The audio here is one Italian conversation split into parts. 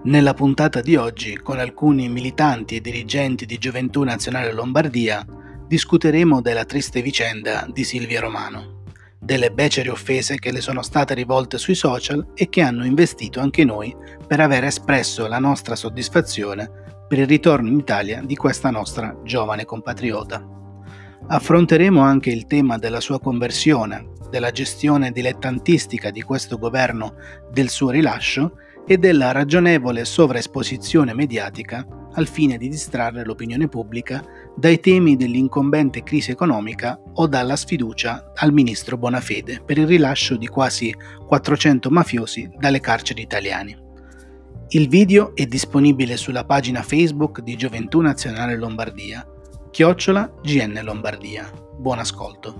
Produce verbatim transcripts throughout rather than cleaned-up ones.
Nella puntata di oggi, con alcuni militanti e dirigenti di Gioventù Nazionale Lombardia, discuteremo della triste vicenda di Silvia Romano, delle becere offese che le sono state rivolte sui social e che hanno investito anche noi per aver espresso la nostra soddisfazione per il ritorno in Italia di questa nostra giovane compatriota. Affronteremo anche il tema della sua conversione, della gestione dilettantistica di questo governo del suo rilascio e della ragionevole sovraesposizione mediatica al fine di distrarre l'opinione pubblica dai temi dell'incombente crisi economica o dalla sfiducia al ministro Bonafede per il rilascio di quasi quattrocento mafiosi dalle carceri italiane. Il video è disponibile sulla pagina Facebook di Gioventù Nazionale Lombardia, chiocciola G N Lombardia. Buon ascolto.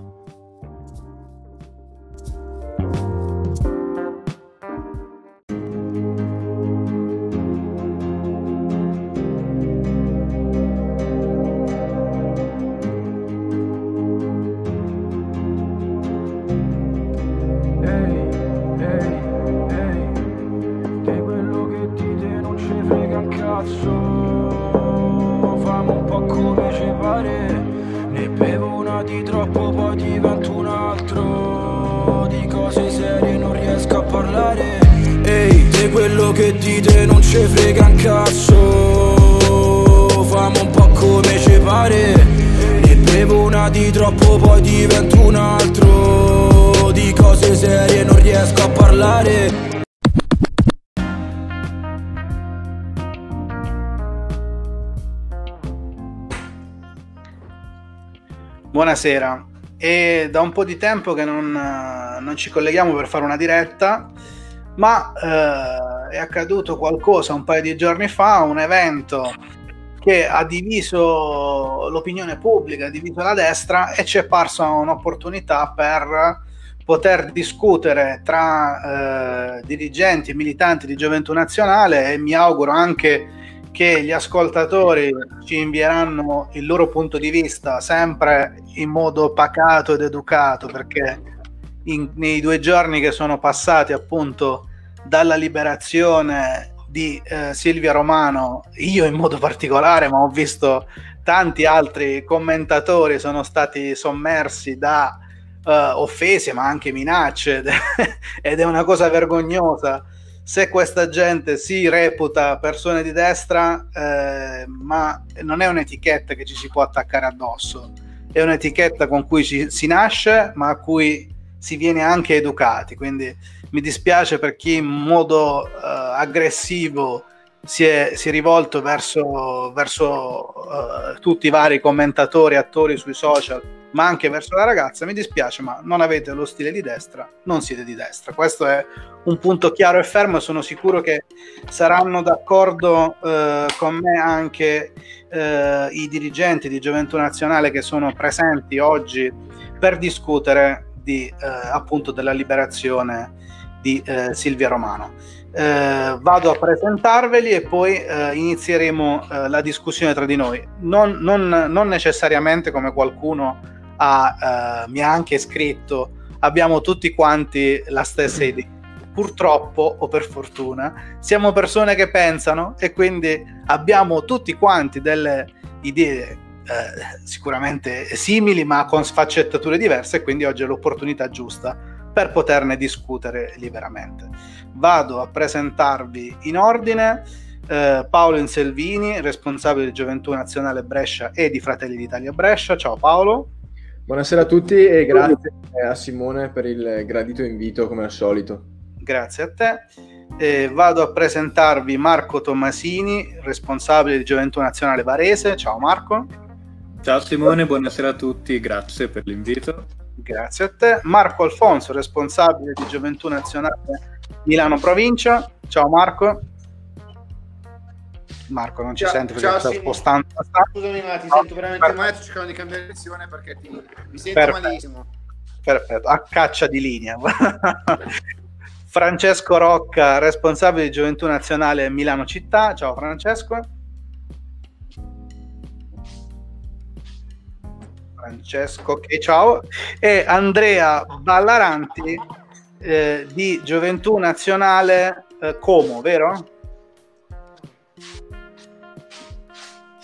Quello che dite non ci frega un cazzo. Famo un po' come ci pare. Ne bevo una di troppo poi divento un altro. Di cose serie non riesco a parlare. Buonasera, è da un po' di tempo che non, non ci colleghiamo per fare una diretta, ma eh, è accaduto qualcosa un paio di giorni fa, un evento che ha diviso l'opinione pubblica, ha diviso la destra, e ci è parsa un'opportunità per poter discutere tra eh, dirigenti e militanti di Gioventù Nazionale, e mi auguro anche che gli ascoltatori ci invieranno il loro punto di vista, sempre in modo pacato ed educato, perché in, nei due giorni che sono passati appunto dalla liberazione di eh, Silvia Romano, io in modo particolare, ma ho visto tanti altri commentatori sono stati sommersi da uh, offese ma anche minacce ed è una cosa vergognosa se questa gente si reputa persone di destra, eh, ma non è un'etichetta che ci si può attaccare addosso, è un'etichetta con cui ci, si nasce ma a cui si viene anche educati, quindi mi dispiace per chi in modo uh, aggressivo si è, si è rivolto verso, verso uh, tutti i vari commentatori, attori sui social, ma anche verso la ragazza. Mi dispiace, ma non avete lo stile di destra, non siete di destra. Questo è un punto chiaro e fermo, e sono sicuro che saranno d'accordo uh, con me anche uh, i dirigenti di Gioventù Nazionale che sono presenti oggi per discutere di uh, appunto della liberazione di eh, Silvia Romano. Eh, vado a presentarveli e poi eh, inizieremo eh, la discussione tra di noi. Non, non, non necessariamente, come qualcuno ha, eh, mi ha anche scritto, abbiamo tutti quanti la stessa idea. Purtroppo, o per fortuna, siamo persone che pensano, e quindi abbiamo tutti quanti delle idee eh, sicuramente simili ma con sfaccettature diverse, e quindi oggi è l'opportunità giusta per poterne discutere liberamente. Vado a presentarvi in ordine eh, Paolo Inselvini, responsabile di Gioventù Nazionale Brescia e di Fratelli d'Italia Brescia. Ciao Paolo. Buonasera a tutti e grazie a Simone per il gradito invito come al solito. Grazie a te. Eh, vado a presentarvi Marco Tommasini, responsabile di Gioventù Nazionale Varese. Ciao Marco. Ciao Simone, buonasera a tutti, grazie per l'invito. Grazie a te. Marco Alfonso, responsabile di Gioventù Nazionale Milano Provincia. Ciao Marco. Marco non ci ciao, sente perché ciao, sta sì. spostando. Scusami, ma ti sento veramente male, sto cercando di cambiare lezione perché ti, mi sento Perfetto. malissimo. Perfetto, a caccia di linea. Francesco Rocca, responsabile di Gioventù Nazionale Milano Città. Ciao Francesco. Francesco, ok, ciao. E Andrea Ballaranti eh, di Gioventù Nazionale eh, Como, vero?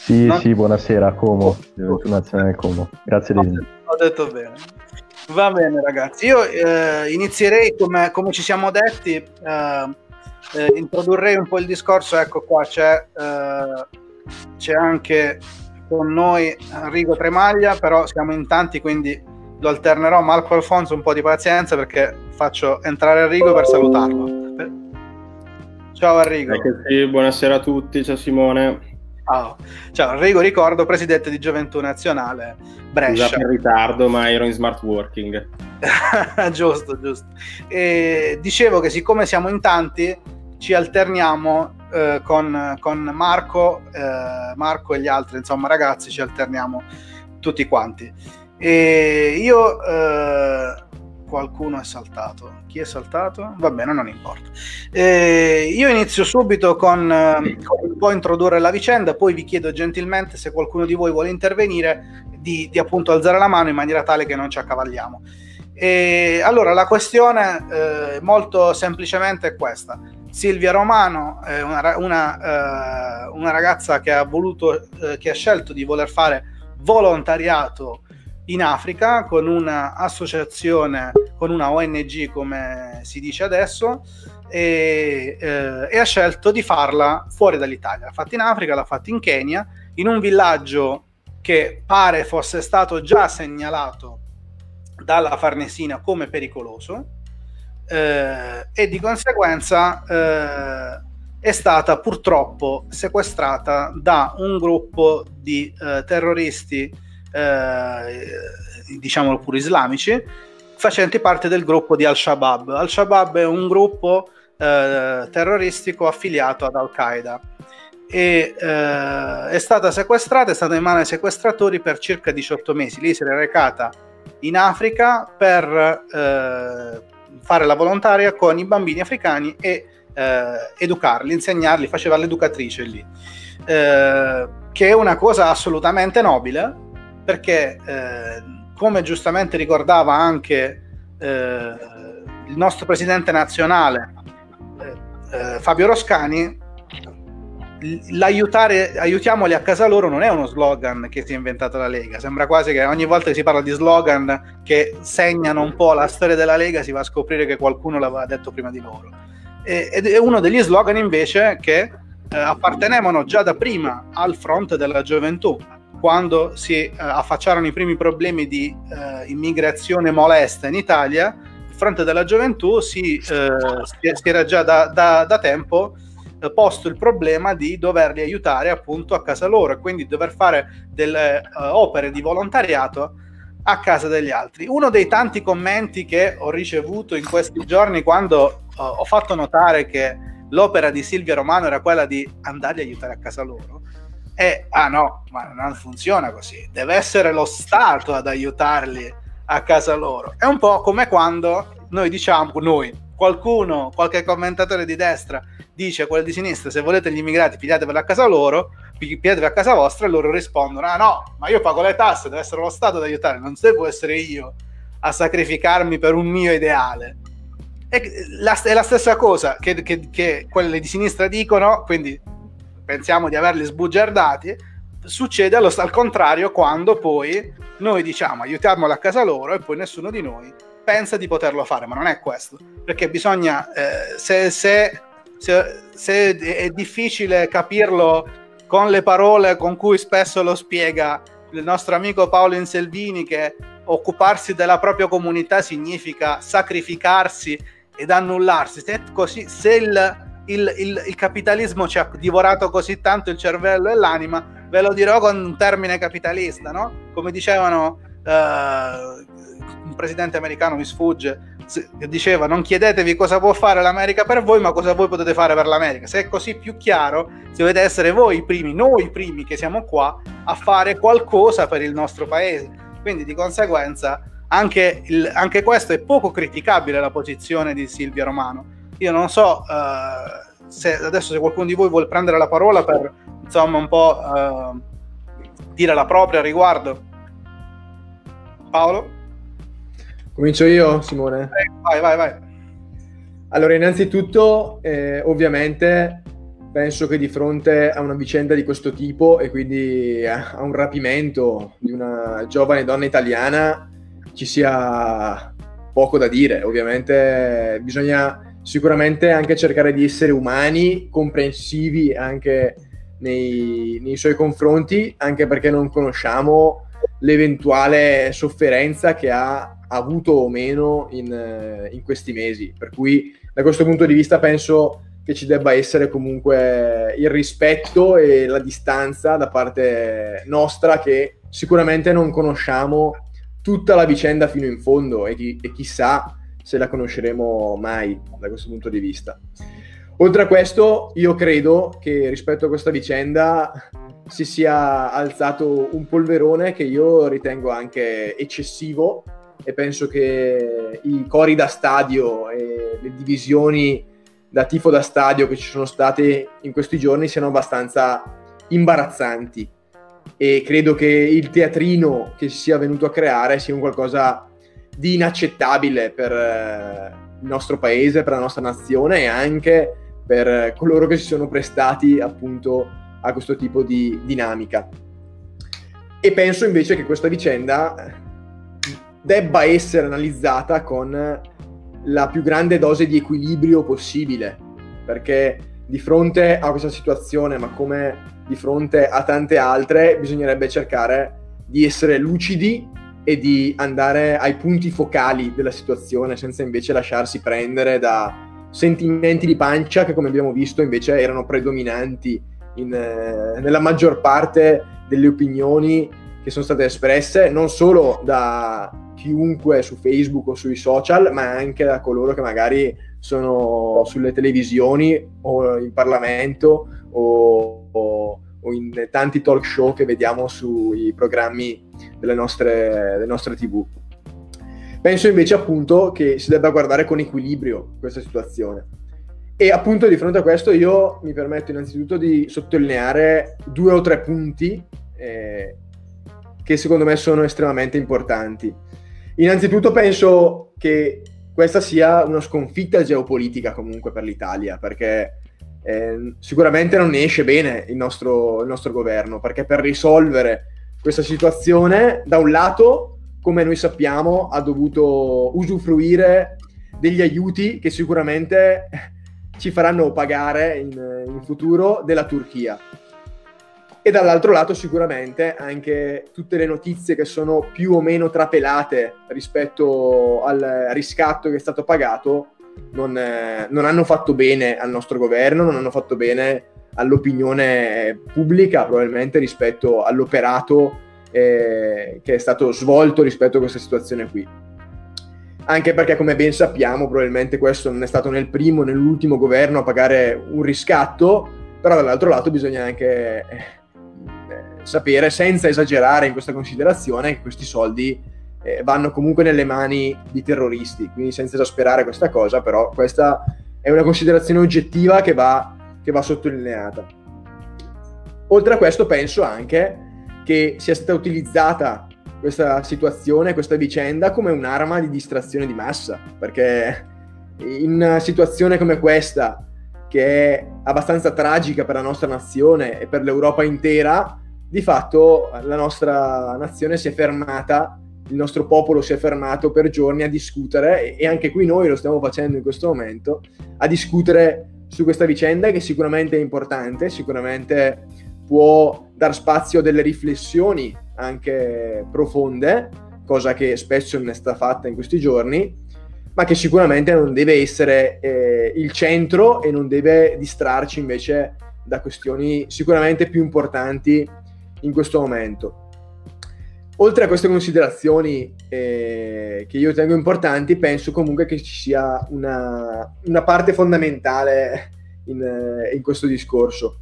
Sì, non... sì, buonasera, Como, Gioventù Nazionale Como. Grazie ho, Disney. ho detto bene. Va bene ragazzi, io eh, inizierei come, come ci siamo detti, eh, eh, introdurrei un po' il discorso. Ecco qua c'è, eh, c'è anche con noi Enrico Tremaglia, però siamo in tanti, quindi lo alternerò. Marco Alfonso, un po' di pazienza perché faccio entrare Enrico per salutarlo. Ciao Enrico. Sì, buonasera a tutti, ciao Simone. Oh. Ciao Enrico, ricordo, presidente di Gioventù Nazionale Brescia. Scusate il ritardo, ma ero in smart working. giusto, giusto. E dicevo che siccome siamo in tanti, ci alterniamo eh, con, con Marco, eh, Marco e gli altri, insomma ragazzi, ci alterniamo tutti quanti. E io... Eh, qualcuno è saltato. Chi è saltato? Va bene, non importa. Eh, io inizio subito con, eh, con un po' introdurre la vicenda, poi vi chiedo gentilmente, se qualcuno di voi vuole intervenire, di, di appunto alzare la mano in maniera tale che non ci accavalliamo. E, allora, la questione eh, molto semplicemente è questa. Silvia Romano è una, una, eh, una ragazza che ha voluto, eh, che ha scelto di voler fare volontariato in Africa con una associazione, con una O N G come si dice adesso, e, eh, e ha scelto di farla fuori dall'Italia. L'ha fatta in Africa, l'ha fatta in Kenya, in un villaggio che pare fosse stato già segnalato dalla Farnesina come pericoloso, eh, e di conseguenza eh, è stata purtroppo sequestrata da un gruppo di eh, terroristi, Eh, diciamolo pure islamici, facenti parte del gruppo di Al-Shabaab. Al-Shabaab è un gruppo eh, terroristico affiliato ad Al-Qaeda e eh, è stata sequestrata, è stata in mano ai sequestratori per circa diciotto mesi. Lei si era recata in Africa per eh, fare la volontaria con i bambini africani e eh, educarli, insegnarli, faceva l'educatrice lì, eh, che è una cosa assolutamente nobile, perché eh, come giustamente ricordava anche eh, il nostro presidente nazionale eh, eh, Fabio Roscani, l'aiutare, aiutiamoli a casa loro non è uno slogan che si è inventata la Lega. Sembra quasi che ogni volta che si parla di slogan che segnano un po' la storia della Lega si va a scoprire che qualcuno l'aveva detto prima di loro, e, ed è uno degli slogan invece che eh, appartenevano già da prima al fronte della gioventù. Quando si eh, affacciarono i primi problemi di eh, immigrazione molesta in Italia, il fronte della gioventù si, eh, si era già da, da, da tempo eh, posto il problema di doverli aiutare appunto a casa loro, e quindi dover fare delle eh, opere di volontariato a casa degli altri. Uno dei tanti commenti che ho ricevuto in questi giorni, quando eh, ho fatto notare che l'opera di Silvia Romano era quella di andarli a aiutare a casa loro, e ah no, ma non funziona così, deve essere lo Stato ad aiutarli a casa loro. È un po' come quando noi diciamo, noi, qualcuno, qualche commentatore di destra dice a quelli di sinistra: se volete gli immigrati pigliateveli a casa loro, pigliatevi a casa vostra, e loro rispondono: ah no, ma io pago le tasse, deve essere lo Stato ad aiutare, non devo essere io a sacrificarmi per un mio ideale. È la, è la stessa cosa che, che, che quelli di sinistra dicono, quindi pensiamo di averli sbugiardati. Succede allo, al contrario quando poi noi diciamo aiutiamoli a casa loro e poi nessuno di noi pensa di poterlo fare. Ma non è questo, perché bisogna eh, se, se, se, se è difficile capirlo con le parole con cui spesso lo spiega il nostro amico Paolo Inselvini, che occuparsi della propria comunità significa sacrificarsi ed annullarsi. Se, così, se il Il, il, il capitalismo ci ha divorato così tanto il cervello e l'anima, ve lo dirò con un termine capitalista, no? Come dicevano eh, un presidente americano, mi sfugge, che diceva: non chiedetevi cosa può fare l'America per voi, ma cosa voi potete fare per l'America. Se è così più chiaro, se dovete essere voi i primi, noi i primi che siamo qua a fare qualcosa per il nostro paese. Quindi di conseguenza anche, il, anche questo è poco criticabile, la posizione di Silvia Romano. Io non so uh, se adesso se qualcuno di voi vuole prendere la parola per insomma un po' uh, dire la propria a riguardo. Paolo? Comincio io, Simone? Eh, vai, vai, vai. Allora, innanzitutto, eh, ovviamente, penso che di fronte a una vicenda di questo tipo e quindi a un rapimento di una giovane donna italiana ci sia poco da dire. Ovviamente bisogna sicuramente anche cercare di essere umani, comprensivi anche nei, nei suoi confronti, anche perché non conosciamo l'eventuale sofferenza che ha avuto o meno in, in questi mesi. Per cui da questo punto di vista penso che ci debba essere comunque il rispetto e la distanza da parte nostra, che sicuramente non conosciamo tutta la vicenda fino in fondo e, chi, e chissà se la conosceremo mai da questo punto di vista. Oltre a questo, io credo che rispetto a questa vicenda si sia alzato un polverone che io ritengo anche eccessivo, e penso che i cori da stadio e le divisioni da tifo da stadio che ci sono state in questi giorni siano abbastanza imbarazzanti, e credo che il teatrino che si sia venuto a creare sia un qualcosa di inaccettabile per il nostro paese, per la nostra nazione e anche per coloro che si sono prestati appunto a questo tipo di dinamica. E penso invece che questa vicenda debba essere analizzata con la più grande dose di equilibrio possibile, perché di fronte a questa situazione, ma come di fronte a tante altre, bisognerebbe cercare di essere lucidi e di andare ai punti focali della situazione, senza invece lasciarsi prendere da sentimenti di pancia che, come abbiamo visto, invece erano predominanti in, eh, nella maggior parte delle opinioni che sono state espresse, non solo da chiunque su Facebook o sui social, ma anche da coloro che magari sono sulle televisioni o in Parlamento o, o, o in tanti talk show che vediamo sui programmi delle nostre, delle nostre tivù. Penso invece appunto che si debba guardare con equilibrio questa situazione, e appunto di fronte a questo io mi permetto innanzitutto di sottolineare due o tre punti eh, che secondo me sono estremamente importanti. Innanzitutto penso che questa sia una sconfitta geopolitica comunque per l'Italia, perché eh, sicuramente non ne esce bene il nostro, il nostro governo, perché per risolvere questa situazione, da un lato, come noi sappiamo, ha dovuto usufruire degli aiuti che sicuramente ci faranno pagare in, in futuro della Turchia. E dall'altro lato sicuramente anche tutte le notizie che sono più o meno trapelate rispetto al riscatto che è stato pagato non, eh, non hanno fatto bene al nostro governo, non hanno fatto bene all'opinione pubblica probabilmente rispetto all'operato eh, che è stato svolto rispetto a questa situazione qui. Anche perché, come ben sappiamo, probabilmente questo non è stato né il primo né l'ultimo governo a pagare un riscatto, però dall'altro lato bisogna anche sapere, senza esagerare in questa considerazione, che questi soldi eh, vanno comunque nelle mani di terroristi, quindi senza esasperare questa cosa, però questa è una considerazione oggettiva che va, che va sottolineata. Oltre a questo penso anche che sia stata utilizzata questa situazione, questa vicenda, come un'arma di distrazione di massa, perché in una situazione come questa, che è abbastanza tragica per la nostra nazione e per l'Europa intera, di fatto la nostra nazione si è fermata, il nostro popolo si è fermato per giorni a discutere, e anche qui noi lo stiamo facendo in questo momento, a discutere su questa vicenda che sicuramente è importante, sicuramente può dar spazio a delle riflessioni anche profonde, cosa che spesso non è stata fatta in questi giorni, ma che sicuramente non deve essere eh, il centro e non deve distrarci invece da questioni sicuramente più importanti in questo momento. Oltre a queste considerazioni eh, che io tengo importanti, penso comunque che ci sia una, una parte fondamentale in, in questo discorso,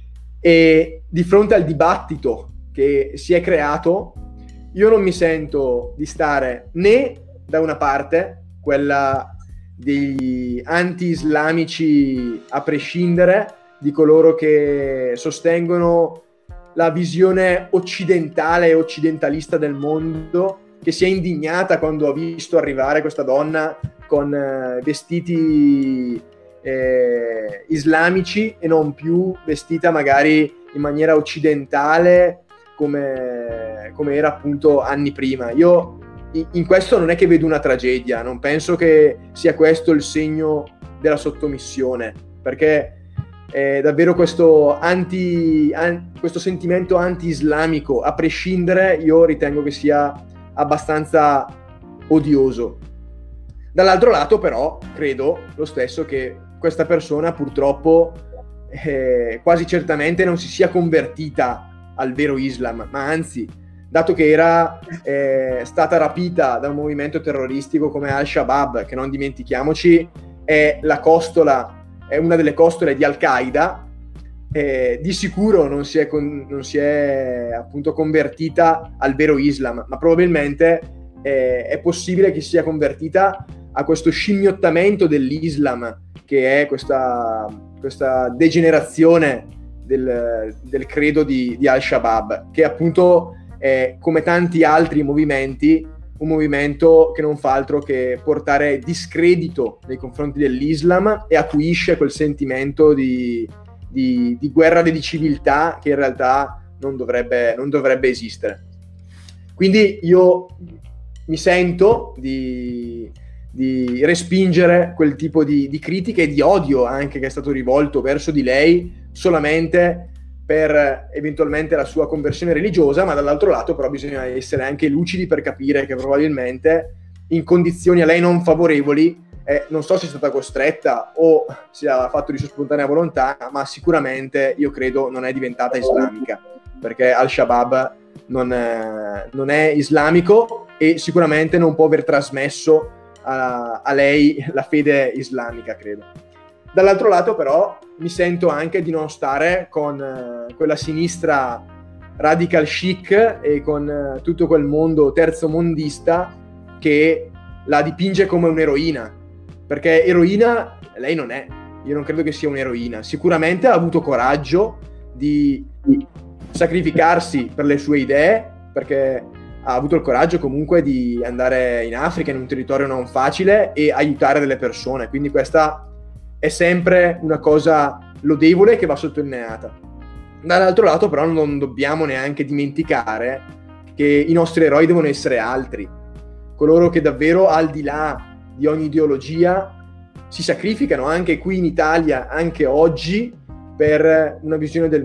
e di fronte al dibattito che si è creato io non mi sento di stare né da una parte, quella degli anti-islamici a prescindere, di coloro che sostengono la visione occidentale e occidentalista del mondo, che si è indignata quando ha visto arrivare questa donna con eh, vestiti eh, islamici e non più vestita magari in maniera occidentale come, come era appunto anni prima. Io in, in questo non è che vedo una tragedia, non penso che sia questo il segno della sottomissione, perché eh, davvero questo, anti, an, questo sentimento anti-islamico, a prescindere, io ritengo che sia abbastanza odioso. Dall'altro lato però credo lo stesso che questa persona purtroppo eh, quasi certamente non si sia convertita al vero Islam, ma anzi, dato che era eh, stata rapita da un movimento terroristico come Al-Shabaab, che non dimentichiamoci è la costola, è una delle costole di Al-Qaeda, eh, di sicuro non si è, con, non si è appunto convertita al vero Islam, ma probabilmente eh, è possibile che sia convertita a questo scimmiottamento dell'Islam, che è questa, questa degenerazione del, del credo di, di Al-Shabaab, che appunto è, come tanti altri movimenti, un movimento che non fa altro che portare discredito nei confronti dell'Islam e acuisce quel sentimento di, di, di guerra di civiltà che in realtà non dovrebbe, non dovrebbe esistere. Quindi io mi sento di, di respingere quel tipo di, di critiche e di odio anche che è stato rivolto verso di lei solamente per eventualmente la sua conversione religiosa, ma dall'altro lato però bisogna essere anche lucidi per capire che probabilmente in condizioni a lei non favorevoli, eh, non so se è stata costretta o se ha fatto di sua spontanea volontà, ma sicuramente io credo non è diventata islamica, perché Al-Shabaab non è, non è islamico e sicuramente non può aver trasmesso a, a lei la fede islamica, credo. Dall'altro lato però mi sento anche di non stare con eh, quella sinistra radical chic e con eh, tutto quel mondo terzomondista che la dipinge come un'eroina, perché eroina lei non è, io non credo che sia un'eroina, sicuramente ha avuto coraggio di, di sacrificarsi per le sue idee, perché ha avuto il coraggio comunque di andare in Africa, in un territorio non facile, e aiutare delle persone, quindi questa è sempre una cosa lodevole che va sottolineata. Dall'altro lato però non dobbiamo neanche dimenticare che i nostri eroi devono essere altri, coloro che davvero al di là di ogni ideologia si sacrificano anche qui in Italia, anche oggi, per una visione del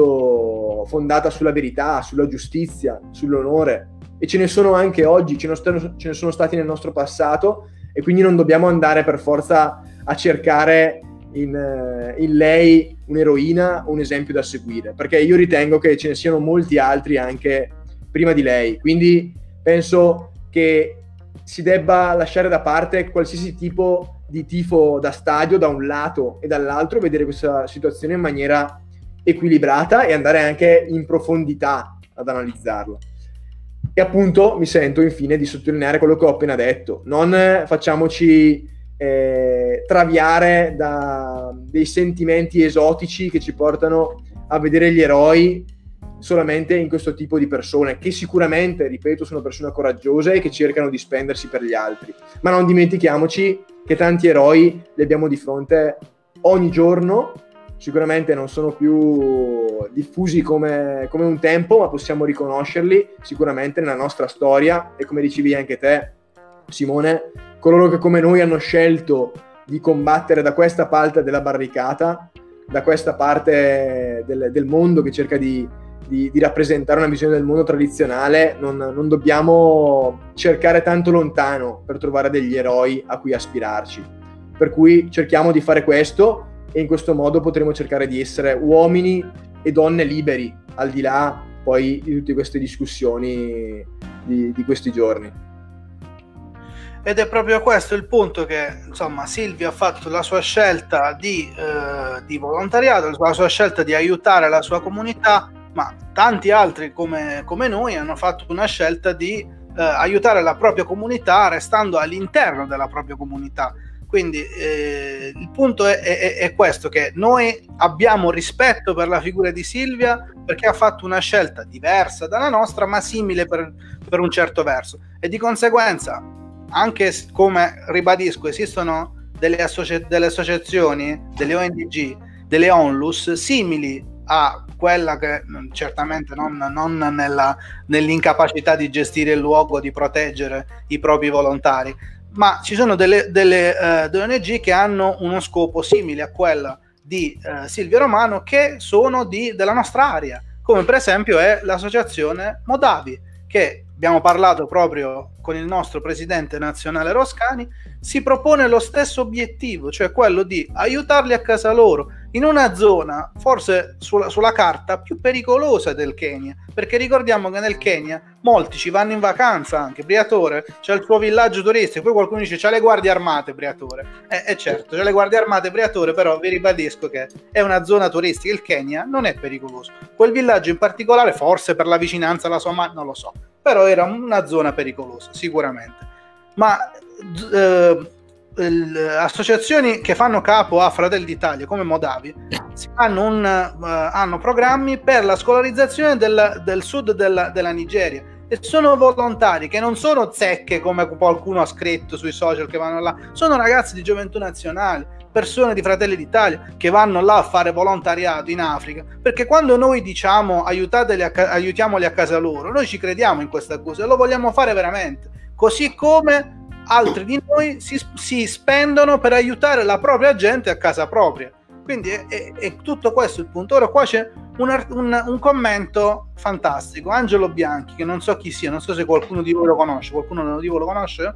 mondo fondata sulla verità, sulla giustizia, sull'onore, e ce ne sono anche oggi, ce ne sono, ce ne sono stati nel nostro passato, e quindi non dobbiamo andare per forza a cercare in, in lei un'eroina o un esempio da seguire, perché io ritengo che ce ne siano molti altri anche prima di lei, quindi penso che si debba lasciare da parte qualsiasi tipo di tifo da stadio da un lato e dall'altro, vedere questa situazione in maniera equilibrata e andare anche in profondità ad analizzarla. E appunto mi sento infine di sottolineare quello che ho appena detto: non facciamoci eh, traviare da dei sentimenti esotici che ci portano a vedere gli eroi solamente in questo tipo di persone, che sicuramente, ripeto, sono persone coraggiose e che cercano di spendersi per gli altri, ma non dimentichiamoci che tanti eroi li abbiamo di fronte ogni giorno. Sicuramente non sono più diffusi come, come un tempo, ma possiamo riconoscerli sicuramente nella nostra storia, e come dicevi anche te, Simone, coloro che come noi hanno scelto di combattere da questa parte della barricata, da questa parte del, del mondo che cerca di, di, di rappresentare una visione del mondo tradizionale, non, non dobbiamo cercare tanto lontano per trovare degli eroi a cui aspirarci. Per cui cerchiamo di fare questo, e in questo modo potremo cercare di essere uomini e donne liberi, al di là poi di tutte queste discussioni di, di questi giorni. Ed è proprio questo il punto, che insomma Silvia ha fatto la sua scelta di, eh, di volontariato, la sua scelta di aiutare la sua comunità, ma tanti altri come, come noi hanno fatto una scelta di eh, aiutare la propria comunità restando all'interno della propria comunità. Quindi eh, il punto è, è, è questo, che noi abbiamo rispetto per la figura di Silvia perché ha fatto una scelta diversa dalla nostra, ma simile per, per un certo verso, e di conseguenza, anche come ribadisco, esistono delle, associ- delle associazioni, delle O N G, delle ONLUS simili a quella che certamente non, non nella, nell'incapacità di gestire il luogo, di proteggere i propri volontari, ma ci sono delle, delle, uh, delle O N G che hanno uno scopo simile a quella di uh, Silvio Romano, che sono di, della nostra area, come per esempio è l'associazione Modavi, che abbiamo parlato proprio con il nostro presidente nazionale Roscani, si propone lo stesso obiettivo, cioè quello di aiutarli a casa loro, in una zona forse sulla, sulla carta più pericolosa del Kenya, perché ricordiamo che nel Kenya molti ci vanno in vacanza, anche Briatore c'è il suo villaggio turistico, poi qualcuno dice c'è le guardie armate Briatore, e eh, eh certo c'è le guardie armate Briatore, però vi ribadisco che è una zona turistica, il Kenya non è pericoloso, quel villaggio in particolare forse per la vicinanza alla Somalia, non lo so, però era una zona pericolosa sicuramente, ma eh, associazioni che fanno capo a Fratelli d'Italia come Modavi hanno, un, uh, hanno programmi per la scolarizzazione del, del sud della, della Nigeria, e sono volontari che non sono zecche come qualcuno ha scritto sui social che vanno là, sono ragazzi di Gioventù Nazionale, persone di Fratelli d'Italia che vanno là a fare volontariato in Africa, perché quando noi diciamo aiutateli a ca- aiutiamoli a casa loro, noi ci crediamo in questa cosa e lo vogliamo fare veramente, così come altri di noi si, si spendono per aiutare la propria gente a casa propria. Quindi è, è, è tutto questo il punto. Ora qua c'è un, un, un commento fantastico, Angelo Bianchi, che non so chi sia, non so se qualcuno di voi lo conosce. Qualcuno di voi lo conosce?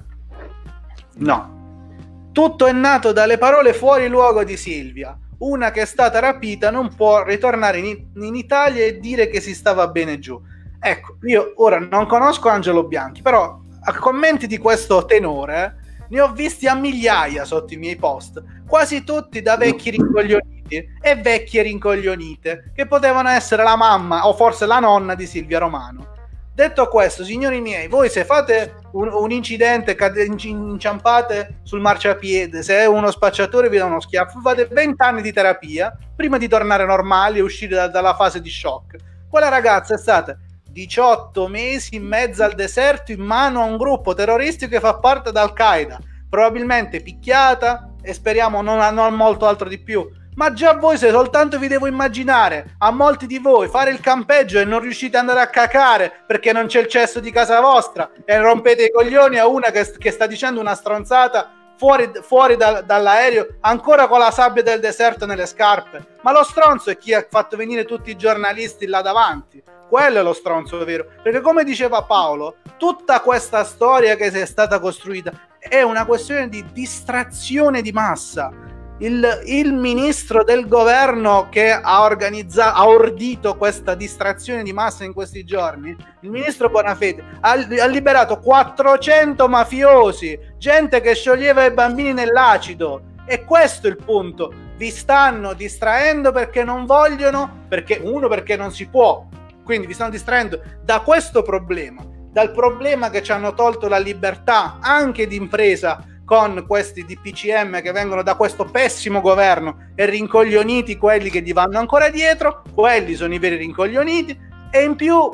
No. Tutto è nato dalle parole fuori luogo di Silvia. Una che è stata rapita non può ritornare in, in Italia e dire che si stava bene giù. Ecco, io ora non conosco Angelo Bianchi, però a commenti di questo tenore ne ho visti a migliaia sotto i miei post, quasi tutti da vecchi rincoglioniti e vecchie rincoglionite che potevano essere la mamma o forse la nonna di Silvia Romano. Detto questo, signori miei, voi se fate un, un incidente, cade, inciampate sul marciapiede, se è uno spacciatore vi dà uno schiaffo, fate venti anni di terapia prima di tornare normali e uscire da, dalla fase di shock. Quella ragazza è stata diciotto mesi in mezzo al deserto in mano a un gruppo terroristico che fa parte da Al-Qaeda, probabilmente picchiata e speriamo non, non molto altro di più. Ma già voi, se soltanto vi devo immaginare a molti di voi fare il campeggio e non riuscite ad andare a cacare perché non c'è il cesso di casa vostra e rompete i coglioni a una che, che sta dicendo una stronzata fuori, fuori da, dall'aereo ancora con la sabbia del deserto nelle scarpe, ma lo stronzo è chi ha fatto venire tutti i giornalisti là davanti. Quello è lo stronzo vero, perché come diceva Paolo, tutta questa storia che si è stata costruita è una questione di distrazione di massa. Il, il ministro del governo che ha organizzato, ha ordito questa distrazione di massa in questi giorni, il ministro Bonafede, ha, ha liberato quattrocento mafiosi, gente che scioglieva i bambini nell'acido, e questo è il punto. Vi stanno distraendo perché non vogliono, perché uno perché non si può, quindi vi stanno distraendo da questo problema, dal problema che ci hanno tolto la libertà anche di impresa con questi D P C M che vengono da questo pessimo governo, e rincoglioniti quelli che gli vanno ancora dietro, quelli sono i veri rincoglioniti, e in più,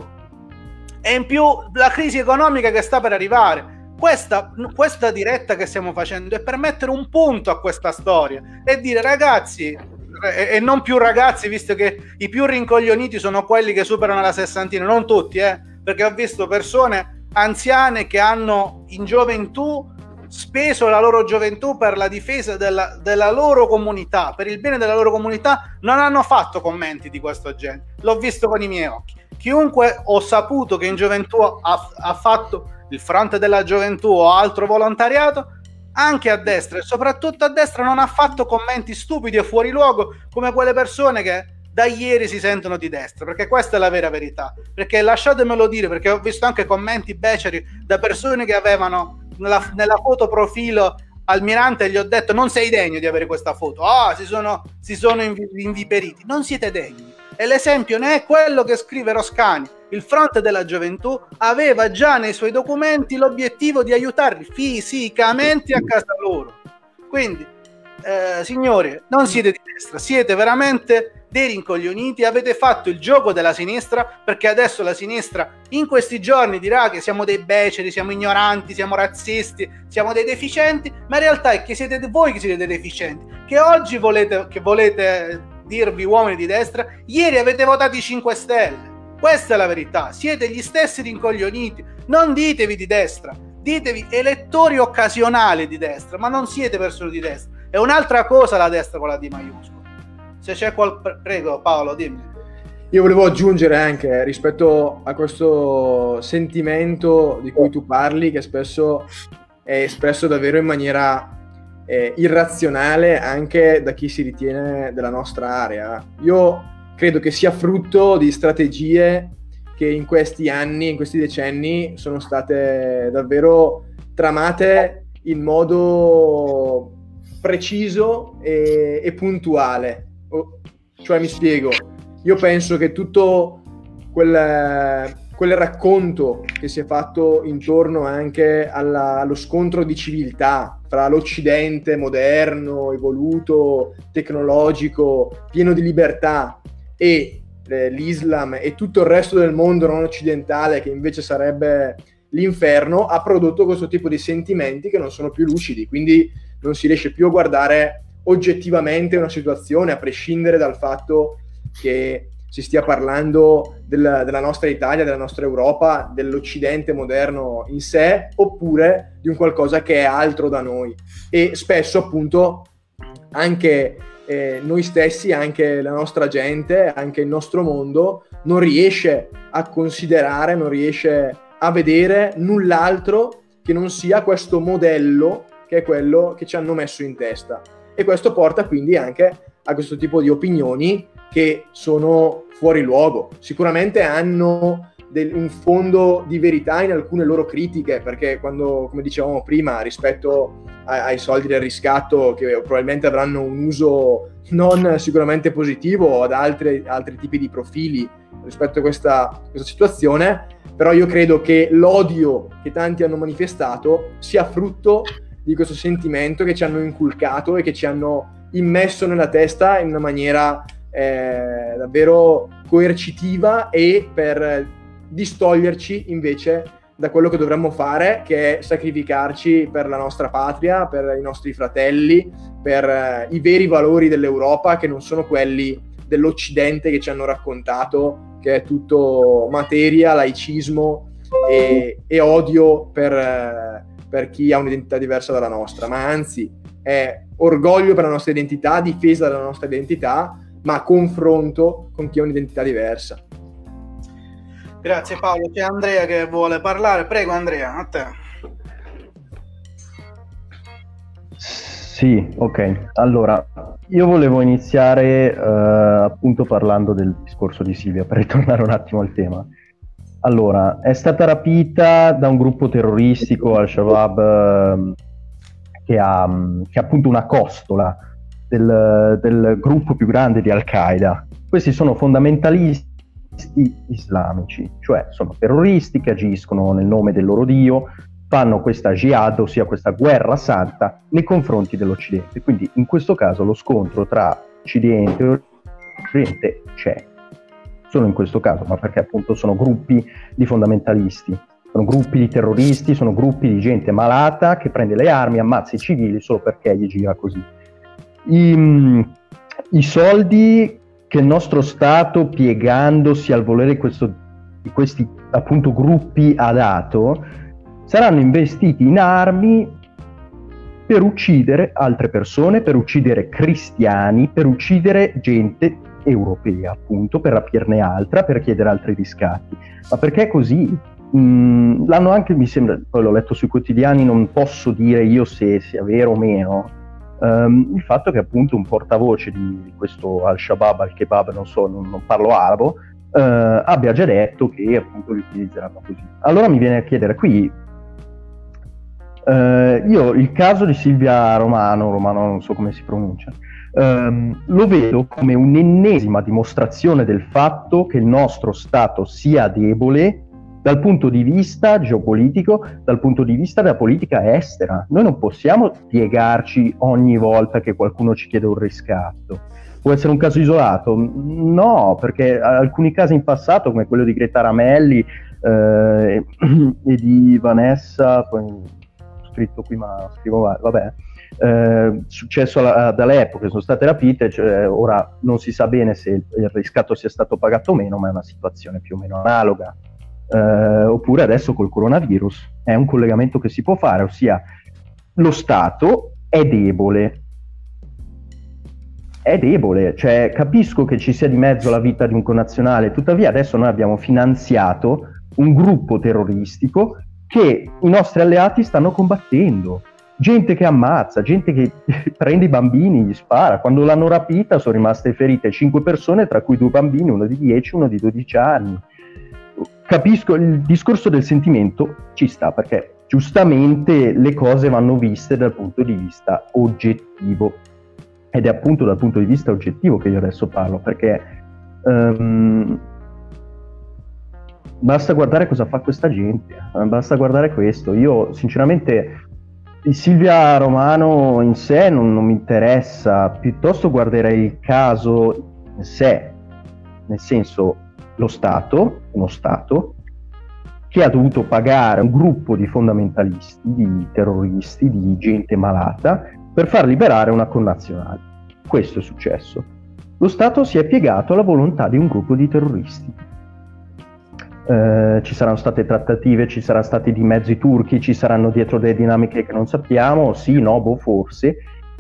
e in più la crisi economica che sta per arrivare. Questa, questa diretta che stiamo facendo è per mettere un punto a questa storia e dire ragazzi, e non più ragazzi, visto che i più rincoglioniti sono quelli che superano la sessantina, non tutti, eh, perché ho visto persone anziane che hanno in gioventù speso la loro gioventù per la difesa della, della loro comunità, per il bene della loro comunità, non hanno fatto commenti di questo genere, l'ho visto con i miei occhi. Chiunque ho saputo che in gioventù ha, ha fatto il fronte della gioventù o altro volontariato, anche a destra e soprattutto a destra, non ha fatto commenti stupidi e fuori luogo come quelle persone che da ieri si sentono di destra, perché questa è la vera verità. Perché lasciatemelo dire, perché ho visto anche commenti beceri da persone che avevano nella, nella foto profilo Almirante, e gli ho detto non sei degno di avere questa foto, ah, si sono, si sono inviperiti, non siete degni. E l'esempio ne è quello che scrive Roscani. Il fronte della gioventù aveva già nei suoi documenti l'obiettivo di aiutarli fisicamente a casa loro. Quindi, eh, signori, non siete di destra, siete veramente dei rincoglioniti, avete fatto il gioco della sinistra, perché adesso la sinistra in questi giorni dirà che siamo dei beceri, siamo ignoranti, siamo razzisti, siamo dei deficienti, ma in realtà è che siete voi che siete dei deficienti, che oggi volete, che volete dirvi uomini di destra, ieri avete votato i cinque Stelle. Questa è la verità, siete gli stessi rincoglioniti, non ditevi di destra, ditevi elettori occasionali di destra, ma non siete persone di destra. È un'altra cosa la destra con la D maiuscola. Se c'è qual... Prego Paolo, dimmi. Io volevo aggiungere anche rispetto a questo sentimento di cui tu parli, che spesso è espresso davvero in maniera eh, irrazionale anche da chi si ritiene della nostra area. Io credo che sia frutto di strategie che in questi anni, in questi decenni sono state davvero tramate in modo preciso e, e puntuale. Cioè, mi spiego, io penso che tutto quel, quel racconto che si è fatto intorno anche alla, allo scontro di civiltà fra l'Occidente moderno, evoluto, tecnologico, pieno di libertà, e eh, l'Islam e tutto il resto del mondo non occidentale, che invece sarebbe l'inferno, ha prodotto questo tipo di sentimenti che non sono più lucidi, quindi non si riesce più a guardare oggettivamente una situazione, a prescindere dal fatto che si stia parlando del, della nostra Italia, della nostra Europa, dell'Occidente moderno in sé, oppure di un qualcosa che è altro da noi. E spesso appunto anche eh, noi stessi, anche la nostra gente, anche il nostro mondo non riesce a considerare, non riesce a vedere null'altro che non sia questo modello che è quello che ci hanno messo in testa. E questo porta quindi anche a questo tipo di opinioni che sono fuori luogo. Sicuramente hanno del, un fondo di verità in alcune loro critiche, perché quando, come dicevamo prima, rispetto a, ai soldi del riscatto, che probabilmente avranno un uso non sicuramente positivo ad altri, altri tipi di profili rispetto a questa, questa situazione, però io credo che l'odio che tanti hanno manifestato sia frutto di questo sentimento che ci hanno inculcato e che ci hanno immesso nella testa in una maniera eh, davvero coercitiva, e per distoglierci invece da quello che dovremmo fare, che è sacrificarci per la nostra patria, per i nostri fratelli, per eh, i veri valori dell'Europa, che non sono quelli dell'Occidente che ci hanno raccontato che è tutto materia, laicismo e, e odio per... Eh, per chi ha un'identità diversa dalla nostra, ma anzi è orgoglio per la nostra identità, difesa della nostra identità, ma confronto con chi ha un'identità diversa. Grazie Paolo, c'è Andrea che vuole parlare, prego Andrea, a te. Sì, ok. Allora, io volevo iniziare eh, appunto parlando del discorso di Silvia, per ritornare un attimo al tema. Allora, è stata rapita da un gruppo terroristico, Al-Shabaab, eh, che, ha, che ha appunto una costola del, del gruppo più grande di Al-Qaeda. Questi sono fondamentalisti islamici, cioè sono terroristi che agiscono nel nome del loro Dio, fanno questa jihad, ossia questa guerra santa, nei confronti dell'Occidente. Quindi in questo caso lo scontro tra Occidente e Oriente c'è. Solo in questo caso, ma perché appunto sono gruppi di fondamentalisti, sono gruppi di terroristi, sono gruppi di gente malata che prende le armi, ammazza i civili solo perché gli gira così. I, i soldi che il nostro Stato, piegandosi al volere questo, di questi appunto gruppi, ha dato, saranno investiti in armi per uccidere altre persone, per uccidere cristiani, per uccidere gente europea, appunto, per rapirne altra, per chiedere altri riscatti. Ma perché così? Mm, l'hanno anche, mi sembra, poi l'ho letto sui quotidiani, non posso dire io se sia vero o meno, um, il fatto che appunto un portavoce di, di questo Al-Shabaab, Al-Kebab, non so, non, non parlo arabo, uh, abbia già detto che appunto li utilizzeranno così. Allora mi viene a chiedere qui, uh, io il caso di Silvia Romano, Romano non so come si pronuncia, Um, lo vedo come un'ennesima dimostrazione del fatto che il nostro Stato sia debole dal punto di vista geopolitico, dal punto di vista della politica estera. Noi non possiamo piegarci ogni volta che qualcuno ci chiede un riscatto. Può essere un caso isolato? No, perché alcuni casi in passato, come quello di Greta Ramelli eh, e di Vanessa, poi ho scritto qui ma scrivo male, vabbè, eh, successo alla, ad all'epoca, sono state rapite, cioè, ora non si sa bene se il, il riscatto sia stato pagato o meno, ma è una situazione più o meno analoga. Eh, oppure adesso col coronavirus è un collegamento che si può fare, ossia lo Stato è debole, è debole, cioè capisco che ci sia di mezzo la vita di un connazionale, tuttavia adesso noi abbiamo finanziato un gruppo terroristico che i nostri alleati stanno combattendo, gente che ammazza, gente che prende i bambini, gli spara. Quando l'hanno rapita sono rimaste ferite cinque persone, tra cui due bambini, uno di dieci, uno di dodici anni. Capisco, il discorso del sentimento ci sta, perché giustamente le cose vanno viste dal punto di vista oggettivo, ed è appunto dal punto di vista oggettivo che io adesso parlo, perché um, basta guardare cosa fa questa gente, basta guardare questo. Io sinceramente Silvia Romano in sé non, non mi interessa, piuttosto guarderei il caso in sé, nel senso lo Stato, uno Stato che ha dovuto pagare un gruppo di fondamentalisti, di terroristi, di gente malata per far liberare una connazionale. Questo è successo. Lo Stato si è piegato alla volontà di un gruppo di terroristi. Eh, ci saranno state trattative, ci saranno stati di mezzi turchi, ci saranno dietro delle dinamiche che non sappiamo, sì, no, boh, forse.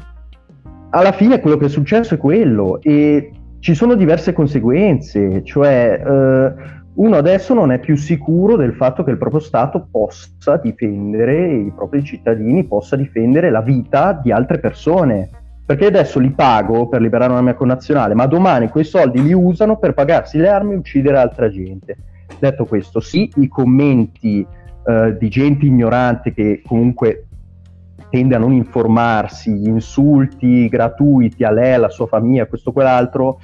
Alla fine quello che è successo è quello, e ci sono diverse conseguenze, cioè eh, uno adesso non è più sicuro del fatto che il proprio Stato possa difendere i propri cittadini, possa difendere la vita di altre persone, perché adesso li pago per liberare una mia connazionale, ma domani quei soldi li usano per pagarsi le armi e uccidere altra gente. Detto questo, sì, i commenti eh, di gente ignorante che comunque tende a non informarsi, gli insulti gratuiti a lei, alla sua famiglia, questo o quell'altro,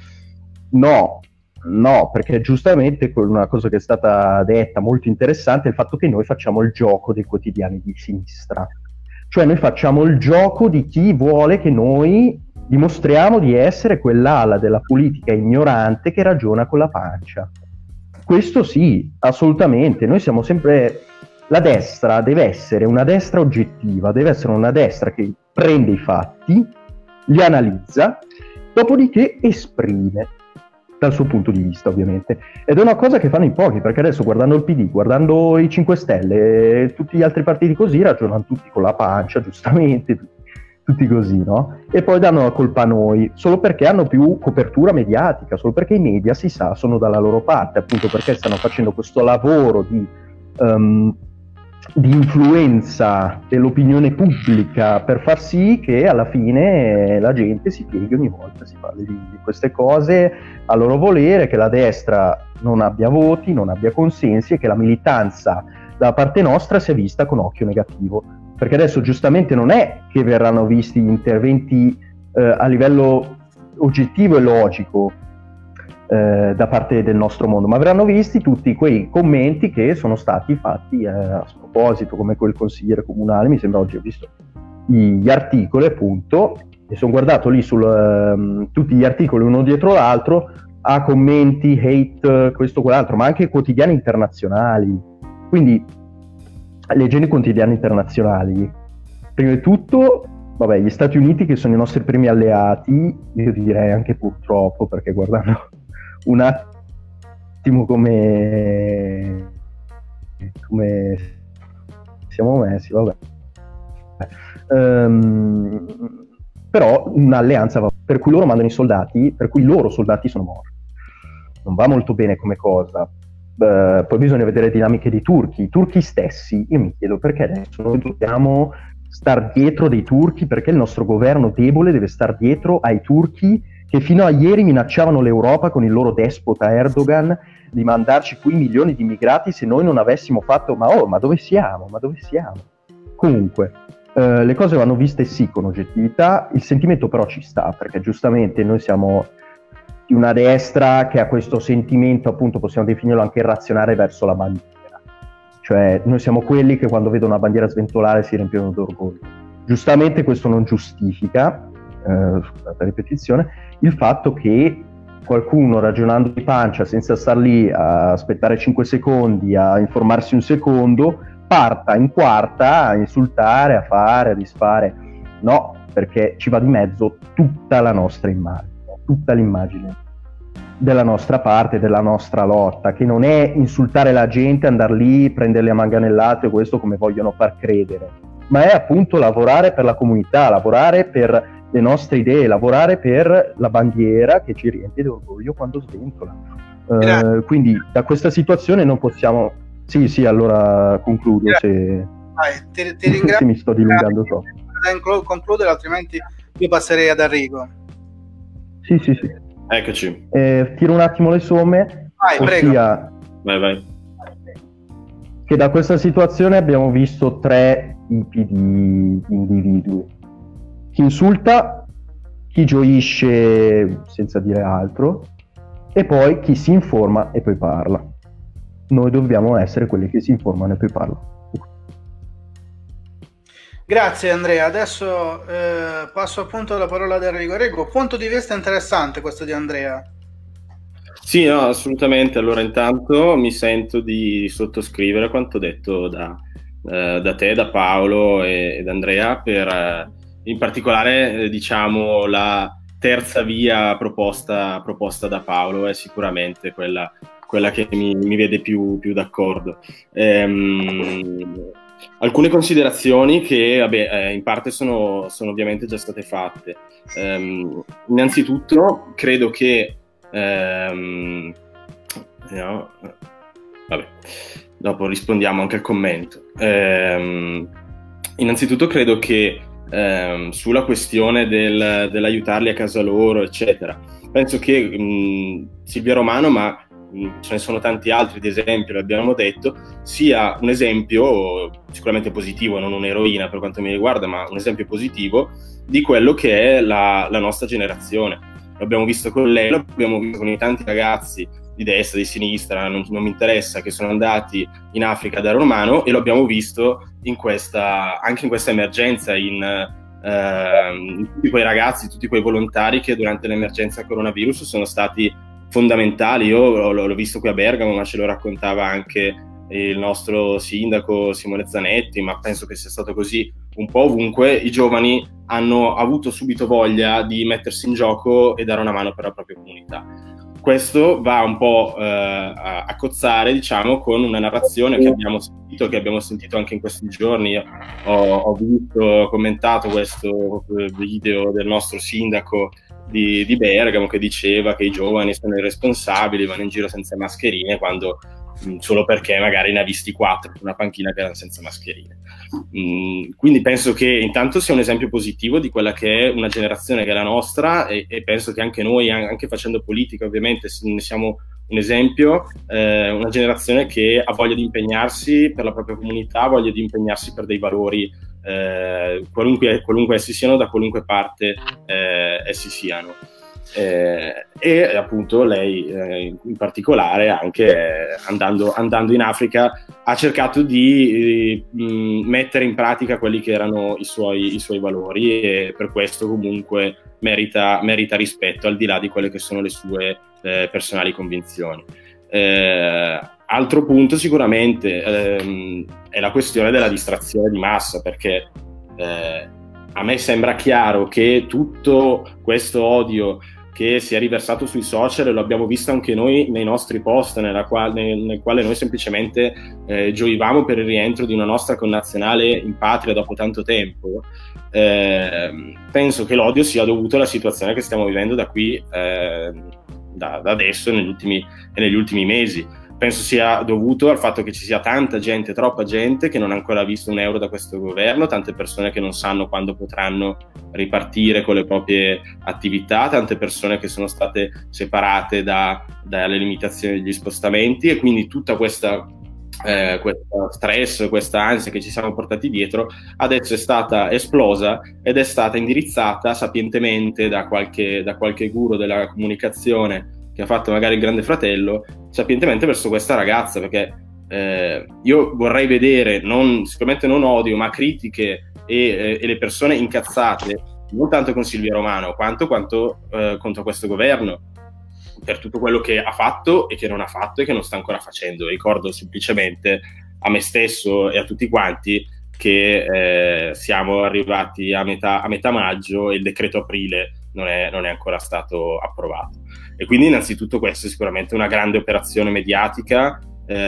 no, no, perché giustamente una cosa che è stata detta molto interessante è il fatto che noi facciamo il gioco dei quotidiani di sinistra, cioè noi facciamo il gioco di chi vuole che noi dimostriamo di essere quell'ala della politica ignorante che ragiona con la pancia. Questo sì, assolutamente, noi siamo sempre... La destra deve essere una destra oggettiva, deve essere una destra che prende i fatti, li analizza, dopodiché esprime dal suo punto di vista, ovviamente. Ed è una cosa che fanno in pochi, perché adesso guardando il P D, guardando i cinque Stelle e tutti gli altri partiti così, ragionano tutti con la pancia, giustamente, tutti così, no? E poi danno la colpa a noi, solo perché hanno più copertura mediatica, solo perché i media, si sa, sono dalla loro parte, appunto perché stanno facendo questo lavoro di... Um, di influenza dell'opinione pubblica per far sì che alla fine la gente si pieghi ogni volta, si parli di, di queste cose a loro volere, che la destra non abbia voti, non abbia consensi e che la militanza da parte nostra sia vista con occhio negativo, perché adesso giustamente non è che verranno visti gli interventi eh, a livello oggettivo e logico Eh, da parte del nostro mondo, ma verranno visti tutti quei commenti che sono stati fatti eh, a sproposito, come quel consigliere comunale, mi sembra, oggi ho visto gli articoli appunto, e sono guardato lì sul um, tutti gli articoli uno dietro l'altro, a commenti, hate, questo quell'altro, ma anche quotidiani internazionali. Quindi leggendo i quotidiani internazionali, prima di tutto vabbè, gli Stati Uniti, che sono i nostri primi alleati, io direi anche purtroppo, perché guardando un attimo come come siamo messi, vabbè. Um, però un'alleanza per cui loro mandano i soldati, per cui i loro soldati sono morti. Non va molto bene come cosa. Uh, poi bisogna vedere le dinamiche dei turchi, i turchi stessi. Io mi chiedo perché adesso noi dobbiamo star dietro dei turchi, perché il nostro governo debole deve star dietro ai turchi che fino a ieri minacciavano l'Europa con il loro despota Erdogan di mandarci qui milioni di immigrati se noi non avessimo fatto... Ma oh, ma dove siamo? Ma dove siamo? Comunque, eh, le cose vanno viste sì con oggettività, il sentimento però ci sta, perché giustamente noi siamo di una destra che ha questo sentimento, appunto possiamo definirlo anche irrazionale, verso la bandiera. Cioè noi siamo quelli che quando vedono una bandiera sventolare si riempiono d'orgoglio. Giustamente questo non giustifica, eh, scusate, ripetizione, il fatto che qualcuno ragionando di pancia senza star lì a aspettare cinque secondi, a informarsi un secondo, parta in quarta a insultare, a fare, a disfare. No, perché ci va di mezzo tutta la nostra immagine, tutta l'immagine della nostra parte, della nostra lotta, che non è insultare la gente, andare lì, prenderli a manganellate, questo come vogliono far credere, ma è appunto lavorare per la comunità, lavorare per le nostre idee, lavorare per la bandiera che ci riempie di orgoglio quando sventola. Uh, quindi da questa situazione non possiamo... Sì, sì, allora concludo. Se... Vai, ti, ti ringrazio. Se mi sto dilungando troppo. Da concludere, altrimenti io passerei ad Arrigo. Sì, sì, sì. Eccoci. Eh, tiro un attimo le somme. Vai, ossia, prego. Vai, vai. Che da questa situazione abbiamo visto tre tipi di individui. Chi insulta, chi gioisce senza dire altro, e poi chi si informa e poi parla. Noi dobbiamo essere quelli che si informano e poi parlano. Grazie Andrea, adesso eh, passo appunto la parola ad Enrico. Enrico, punto di vista interessante questo di Andrea. Sì, no, assolutamente. Allora intanto mi sento di sottoscrivere quanto detto da, eh, da te, da Paolo e, ed Andrea, per eh, in particolare eh, diciamo la terza via proposta, proposta da Paolo è sicuramente quella, quella che mi, mi vede più, più d'accordo. Ehm, Alcune considerazioni che vabbè, eh, in parte sono, sono ovviamente già state fatte. Um, innanzitutto credo che um, no, vabbè, dopo rispondiamo anche al commento. Um, innanzitutto credo che um, sulla questione del, dell'aiutarli a casa loro, eccetera, penso che um, Silvia Romano, ma ce ne sono tanti altri di esempio, l'abbiamo detto, sia un esempio sicuramente positivo, non un'eroina per quanto mi riguarda, ma un esempio positivo di quello che è la, la nostra generazione. L'abbiamo visto con lei, l'abbiamo visto con i tanti ragazzi di destra, di sinistra, non, non mi interessa, che sono andati in Africa da Romano, e lo abbiamo visto in questa, anche in questa emergenza, in, eh, in tutti quei ragazzi, tutti quei volontari che durante l'emergenza coronavirus sono stati fondamentali. Io l'ho, l'ho visto qui a Bergamo, ma ce lo raccontava anche il nostro sindaco Simone Zanetti, ma penso che sia stato così un po' ovunque. I giovani hanno avuto subito voglia di mettersi in gioco e dare una mano per la propria comunità. Questo va un po' eh, a, a cozzare, diciamo, con una narrazione che abbiamo sentito, che abbiamo sentito anche in questi giorni. Io ho, ho visto, ho commentato questo video del nostro sindaco Di, di Bergamo, che diceva che i giovani sono irresponsabili, vanno in giro senza mascherine, quando mh, solo perché magari ne ha visti quattro, una panchina che erano senza mascherine. Mh, quindi penso che intanto sia un esempio positivo di quella che è una generazione che è la nostra, e, e penso che anche noi, anche facendo politica ovviamente, ne siamo un esempio, eh, una generazione che ha voglia di impegnarsi per la propria comunità, voglia di impegnarsi per dei valori Eh, qualunque, qualunque essi siano, da qualunque parte eh, essi siano, eh, e appunto lei eh, in particolare anche eh, andando, andando in Africa ha cercato di eh, mh, mettere in pratica quelli che erano i suoi, i suoi valori, e per questo comunque merita, merita rispetto, al di là di quelle che sono le sue eh, personali convinzioni. Eh, altro punto sicuramente ehm, è la questione della distrazione di massa, perché eh, a me sembra chiaro che tutto questo odio che si è riversato sui social, e lo abbiamo visto anche noi nei nostri post, nella quale, nel, nel quale noi semplicemente eh, gioivamo per il rientro di una nostra connazionale in patria dopo tanto tempo. Eh, penso che l'odio sia dovuto alla situazione che stiamo vivendo da qui eh, da, da adesso e negli ultimi, e negli ultimi mesi. Penso sia dovuto al fatto che ci sia tanta gente, troppa gente, che non ha ancora visto un euro da questo governo, tante persone che non sanno quando potranno ripartire con le proprie attività, tante persone che sono state separate da, dalle limitazioni degli spostamenti, e quindi tutta questa, eh, questo stress, questa ansia che ci siamo portati dietro adesso è stata esplosa ed è stata indirizzata sapientemente da qualche, da qualche guru della comunicazione che ha fatto magari il Grande Fratello, sapientemente verso questa ragazza, perché eh, io vorrei vedere, non, sicuramente non odio, ma critiche e, eh, e le persone incazzate non tanto con Silvio Romano quanto, quanto eh, contro questo governo, per tutto quello che ha fatto e che non ha fatto e che non sta ancora facendo. Ricordo semplicemente a me stesso e a tutti quanti che eh, siamo arrivati a metà, a metà maggio e il decreto aprile non è, non è ancora stato approvato. E quindi innanzitutto questa è sicuramente una grande operazione mediatica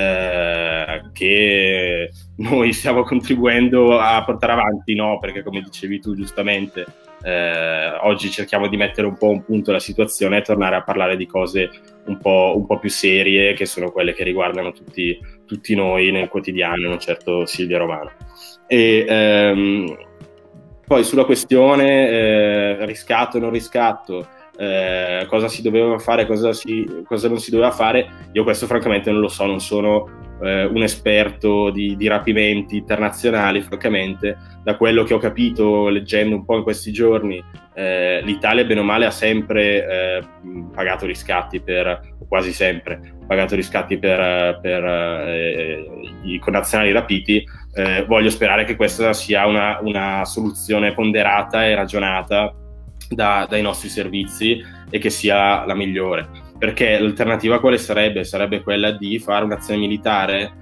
eh, che noi stiamo contribuendo a portare avanti, no? Perché come dicevi tu giustamente, eh, oggi cerchiamo di mettere un po' un punto alla situazione e tornare a parlare di cose un po', un po' più serie, che sono quelle che riguardano tutti, tutti noi nel quotidiano, non certo Silvio Romano. E ehm, poi sulla questione eh, riscatto o non riscatto, eh, cosa si doveva fare, cosa, si, cosa non si doveva fare, io questo francamente non lo so, non sono eh, un esperto di, di rapimenti internazionali, francamente. Da quello che ho capito leggendo un po' in questi giorni, eh, l'Italia bene o male ha sempre eh, pagato riscatti per, quasi sempre, pagato riscatti per, per eh, i connazionali rapiti. Eh, voglio sperare che questa sia una, una soluzione ponderata e ragionata da, dai nostri servizi e che sia la migliore, perché l'alternativa quale sarebbe? Sarebbe quella di fare un'azione militare?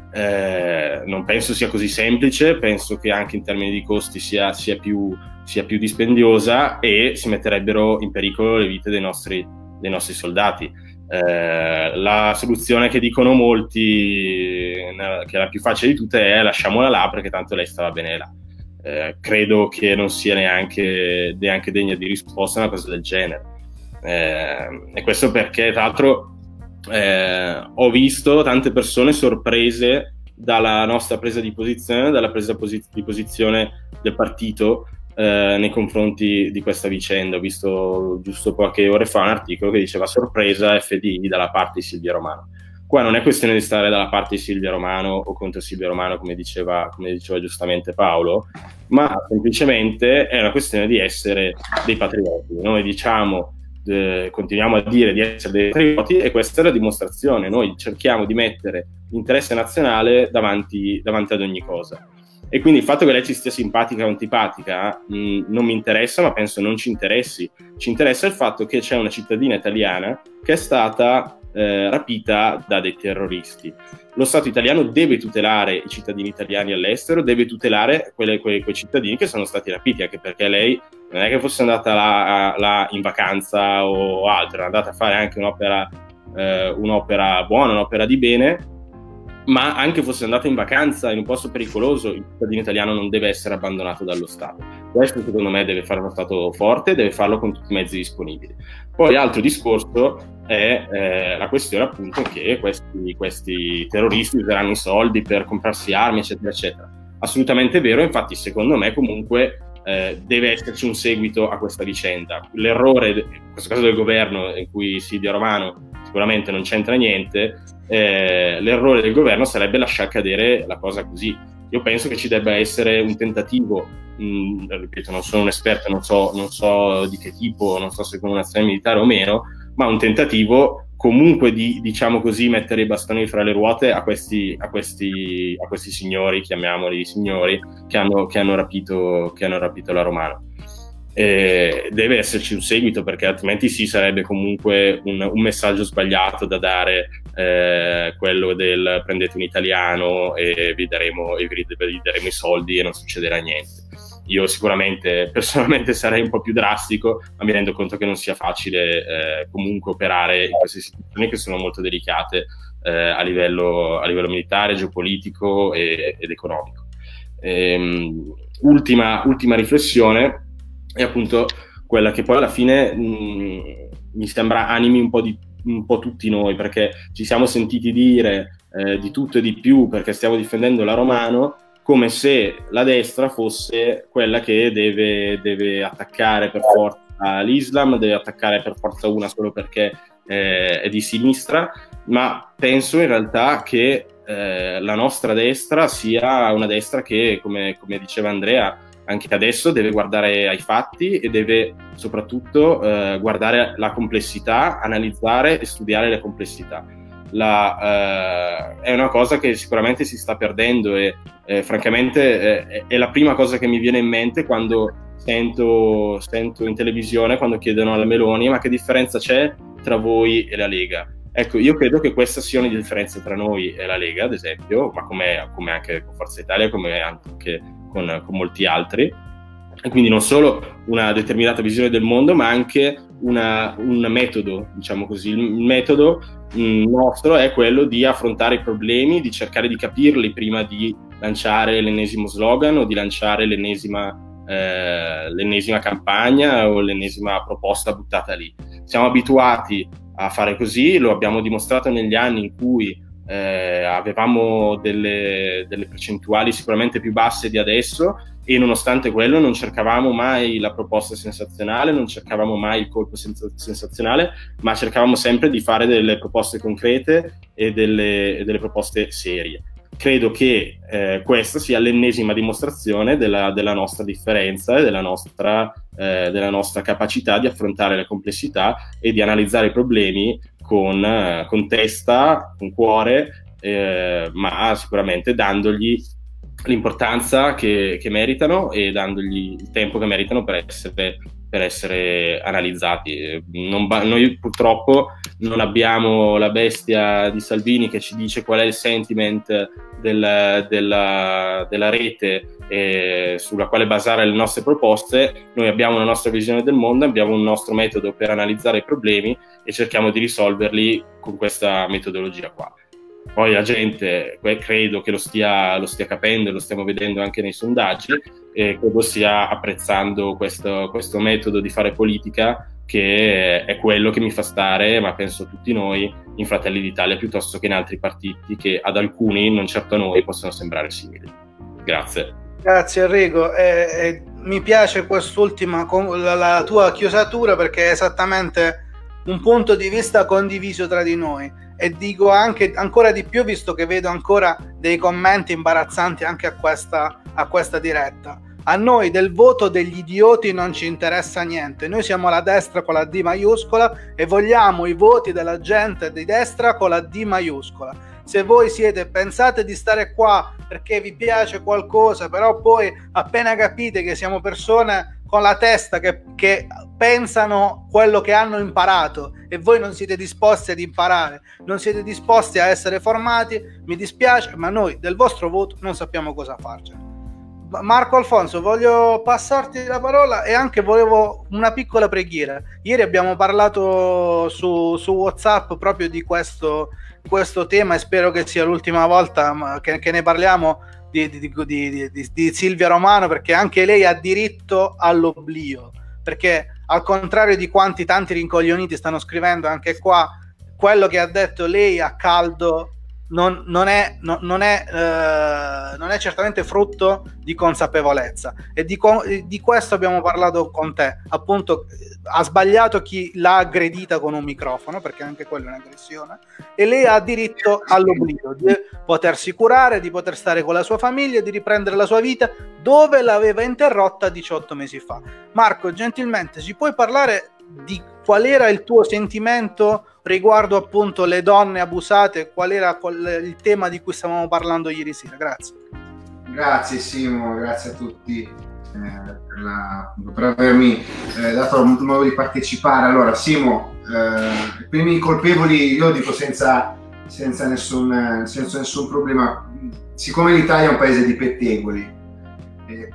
Eh, non penso sia così semplice, penso che anche in termini di costi sia, sia, più, sia più dispendiosa e si metterebbero in pericolo le vite dei nostri, dei nostri soldati. Eh, la soluzione che dicono molti, che è la più facile di tutte, è lasciamola là perché tanto lei stava bene là. Eh, credo che non sia neanche, neanche degna di risposta una cosa del genere. Eh, e questo perché tra l'altro eh, ho visto tante persone sorprese dalla nostra presa di posizione, dalla presa posi- di posizione del partito eh, nei confronti di questa vicenda. Ho visto giusto qualche ore fa un articolo che diceva sorpresa F D I dalla parte di Silvio Romano. Qua non è questione di stare dalla parte di Silvio Romano o contro Silvio Romano, come diceva, come diceva giustamente Paolo, ma semplicemente è una questione di essere dei patrioti. Noi diciamo, eh, continuiamo a dire di essere dei patrioti e questa è la dimostrazione. Noi cerchiamo di mettere l'interesse nazionale davanti, davanti ad ogni cosa. E quindi il fatto che lei ci stia simpatica o antipatica mh, non mi interessa, ma penso non ci interessi. Ci interessa il fatto che c'è una cittadina italiana che è stata Eh, rapita da dei terroristi. Lo Stato italiano deve tutelare i cittadini italiani all'estero, deve tutelare quelle, quei, quei cittadini che sono stati rapiti, anche perché lei non è che fosse andata là, là in vacanza o altro, è andata a fare anche un'opera, eh, un'opera buona, un'opera di bene, ma anche fosse andata in vacanza in un posto pericoloso, il cittadino italiano non deve essere abbandonato dallo Stato. Questo secondo me deve fare uno Stato forte, deve farlo con tutti i mezzi disponibili. Poi l'altro discorso è eh, la questione appunto che questi, questi terroristi useranno i soldi per comprarsi armi, eccetera, eccetera. Assolutamente vero, infatti secondo me comunque eh, deve esserci un seguito a questa vicenda. L'errore, in questo caso del governo, in cui Silvio Romano sicuramente non c'entra niente, eh, l'errore del governo sarebbe lasciar cadere la cosa così. Io penso che ci debba essere un tentativo, mh, ripeto, non sono un esperto, non so, non so di che tipo, non so se con un'azione militare o meno, ma un tentativo comunque di, diciamo così, mettere i bastoni fra le ruote a questi, a questi, a questi signori, chiamiamoli signori, che hanno, che hanno rapito, che hanno rapito la Romana. Eh, deve esserci un seguito, perché altrimenti sì, sarebbe comunque un, un messaggio sbagliato da dare, eh, quello del prendete un italiano e vi daremo, e vi daremo i soldi e non succederà niente. Io sicuramente personalmente sarei un po' più drastico, ma mi rendo conto che non sia facile eh, comunque operare in queste situazioni che sono molto delicate eh, a livello, a livello militare, geopolitico e, ed economico. Ehm, ultima, ultima riflessione è appunto quella che poi alla fine mh, mi sembra animi un po', di, un po' tutti noi, perché ci siamo sentiti dire eh, di tutto e di più perché stiamo difendendo la Romano, come se la destra fosse quella che deve, deve attaccare per forza l'Islam, deve attaccare per forza una solo perché eh, è di sinistra, ma penso in realtà che eh, la nostra destra sia una destra che, come, come diceva Andrea, anche adesso deve guardare ai fatti e deve soprattutto eh, guardare la complessità, analizzare e studiare le complessità. La, eh, è una cosa che sicuramente si sta perdendo e eh, francamente eh, è la prima cosa che mi viene in mente quando sento, sento in televisione quando chiedono alla Meloni ma che differenza c'è tra voi e la Lega. Ecco, io credo che questa sia una differenza tra noi e la Lega, ad esempio, ma come, come anche con Forza Italia, come anche con, con molti altri, e quindi non solo una determinata visione del mondo, ma anche una, un metodo, diciamo così. Il metodo mh, nostro è quello di affrontare i problemi, di cercare di capirli prima di lanciare l'ennesimo slogan o di lanciare l'ennesima, eh, l'ennesima campagna o l'ennesima proposta buttata lì. Siamo abituati a fare così, lo abbiamo dimostrato negli anni in cui eh, avevamo delle, delle percentuali sicuramente più basse di adesso, e nonostante quello non cercavamo mai la proposta sensazionale, non cercavamo mai il colpo sens- sensazionale, ma cercavamo sempre di fare delle proposte concrete e delle, e delle proposte serie. Credo che eh, questa sia l'ennesima dimostrazione della, della nostra differenza e della nostra, eh, della nostra capacità di affrontare le complessità e di analizzare i problemi con, eh, con testa, con cuore, eh, ma sicuramente dandogli l'importanza che, che meritano e dandogli il tempo che meritano per essere, per essere analizzati. Non ba- noi purtroppo non abbiamo la bestia di Salvini che ci dice qual è il sentiment del, della, della rete eh, sulla quale basare le nostre proposte. Noi abbiamo una nostra visione del mondo, abbiamo un nostro metodo per analizzare i problemi e cerchiamo di risolverli con questa metodologia qua. Poi la gente credo che lo stia, lo stia capendo e lo stiamo vedendo anche nei sondaggi, e credo stia apprezzando questo, questo metodo di fare politica, che è quello che mi fa stare, ma penso tutti noi, in Fratelli d'Italia piuttosto che in altri partiti che ad alcuni, non certo a noi, possono sembrare simili. Grazie. Grazie Enrico, eh, eh, mi piace quest'ultima, la, la tua chiusatura, perché è esattamente un punto di vista condiviso tra di noi. E dico anche ancora di più, visto che vedo ancora dei commenti imbarazzanti anche a questa, a questa diretta. A noi del voto degli idioti non ci interessa niente, noi siamo la destra con la D maiuscola e vogliamo i voti della gente di destra con la D maiuscola. Se voi siete, pensate di stare qua perché vi piace qualcosa, però poi appena capite che siamo persone con la testa che, che pensano quello che hanno imparato e voi non siete disposti ad imparare, non siete disposti a essere formati, mi dispiace, ma noi del vostro voto non sappiamo cosa farcene. Marco Alfonso, voglio passarti la parola e anche volevo una piccola preghiera. Ieri abbiamo parlato su, su WhatsApp proprio di questo, questo tema, e spero che sia l'ultima volta che, che ne parliamo di, di, di, di, di Silvia Romano, perché anche lei ha diritto all'oblio, perché al contrario di quanti tanti rincoglioniti stanno scrivendo anche qua, quello che ha detto lei a caldo Non, non è, no, non, è eh, non è certamente frutto di consapevolezza, e di, di questo abbiamo parlato con te. Appunto, ha sbagliato chi l'ha aggredita con un microfono, perché anche quella è un'aggressione, e lei ha diritto all'oblio di potersi curare, di poter stare con la sua famiglia, di riprendere la sua vita dove l'aveva interrotta diciotto mesi fa. Marco, gentilmente ci puoi parlare di qual era il tuo sentimento riguardo appunto le donne abusate, qual era il tema di cui stavamo parlando ieri sera? Grazie. Grazie Simo, grazie a tutti eh, per, la, per avermi eh, dato il modo di partecipare. Allora Simo, eh, i primi colpevoli io dico senza, senza, nessun, senza nessun problema, siccome l'Italia è un paese di pettegoli, eh,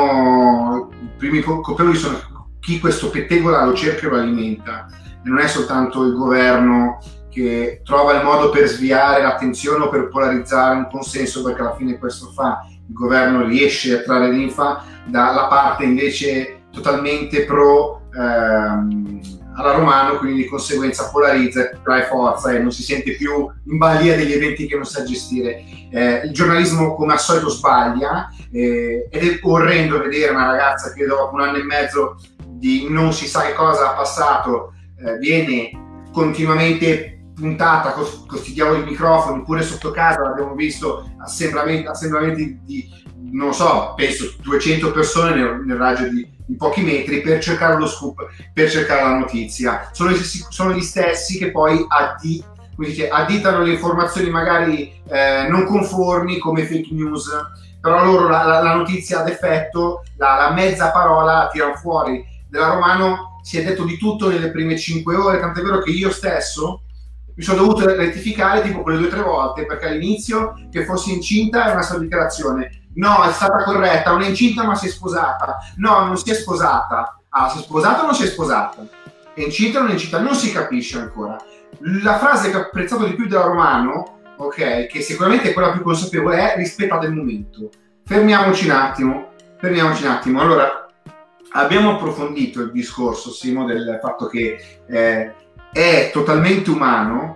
primo, i primi colpevoli sono chi questo pettegola lo cerca e lo alimenta, e non è soltanto il governo che trova il modo per sviare l'attenzione o per polarizzare un consenso, perché alla fine questo fa. Il governo riesce a trarre linfa dalla parte invece totalmente pro ehm, alla Romano, quindi di conseguenza polarizza, trae forza e non si sente più in balia degli eventi che non sa gestire. Eh, il giornalismo come al solito sbaglia, eh, ed è orrendo vedere una ragazza che dopo un anno e mezzo di non si sa che cosa ha passato, eh, viene continuamente puntata con questi diavoli microfoni, pure sotto casa l'abbiamo visto, assembramenti, assembramenti di, non so, penso duecento persone nel, nel raggio di, di pochi metri per cercare lo scoop, per cercare la notizia. Sono gli, sono gli stessi che poi addi, come dice, additano le informazioni magari eh, non conformi come fake news, però loro la, la, la notizia ad effetto, la, la mezza parola tirano fuori. Della Romano si è detto di tutto nelle prime cinque ore, tant'è vero che io stesso mi sono dovuto rettificare tipo quelle due o tre volte, perché all'inizio che fossi incinta era una sola dichiarazione. No, è stata corretta, non è incinta ma si è sposata. No, non si è sposata. Ah, si è sposata o non si è sposata? È incinta o non è incinta? Non si capisce ancora. La frase che ho apprezzato di più della Romano, ok, che sicuramente è quella più consapevole, è rispettate il momento. Fermiamoci un attimo, fermiamoci un attimo. Allora, abbiamo approfondito il discorso, Simo, del fatto che eh, è totalmente umano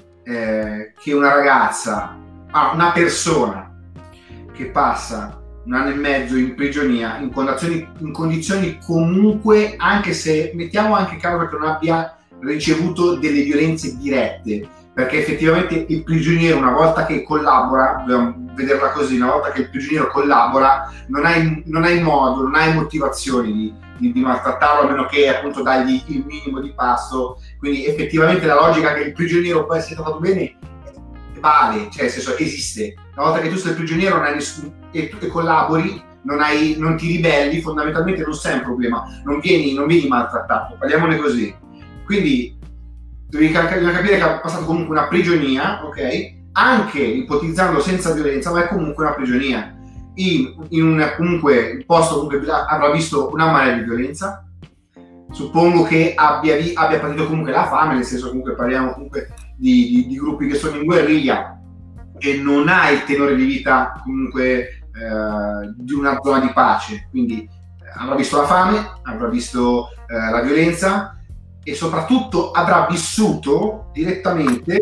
eh, che una ragazza, ah, una persona che passa un anno e mezzo in prigionia in condizioni, in condizioni comunque, anche se mettiamo anche caso che non abbia ricevuto delle violenze dirette, perché effettivamente il prigioniero, una volta che collabora, dobbiamo vederla così, una volta che il prigioniero collabora non hai, non hai modo, non hai motivazioni di, di, di maltrattarlo, a meno che appunto dagli il minimo di pasto. Quindi effettivamente la logica che il prigioniero può essere trattato bene vale, cioè nel senso esiste. Una volta che tu sei prigioniero non hai nessun, e, e collabori, non, hai, non ti ribelli, fondamentalmente non sei un problema, non vieni, non vieni maltrattato, parliamone così. Quindi devi capire che ha passato comunque una prigionia, ok? Anche ipotizzando senza violenza, ma è comunque una prigionia. In, in un comunque il posto comunque avrà visto una marea di violenza. Suppongo che abbia, abbia patito comunque la fame, nel senso comunque parliamo comunque di, di, di gruppi che sono in guerriglia e non ha il tenore di vita comunque eh, di una zona di pace, quindi eh, avrà visto la fame, avrà visto eh, la violenza e soprattutto avrà vissuto direttamente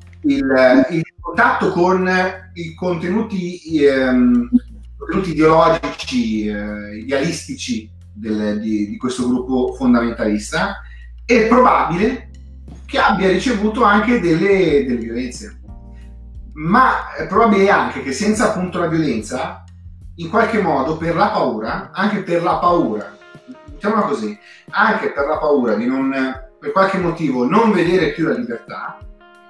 il, il contatto con i contenuti, ehm, contenuti ideologici, eh, idealistici del, di, di questo gruppo fondamentalista. È probabile che abbia ricevuto anche delle, delle violenze, ma è probabile anche che senza appunto la violenza, in qualche modo per la paura, anche per la paura, diciamola così, anche per la paura di non, per qualche motivo, non vedere più la libertà,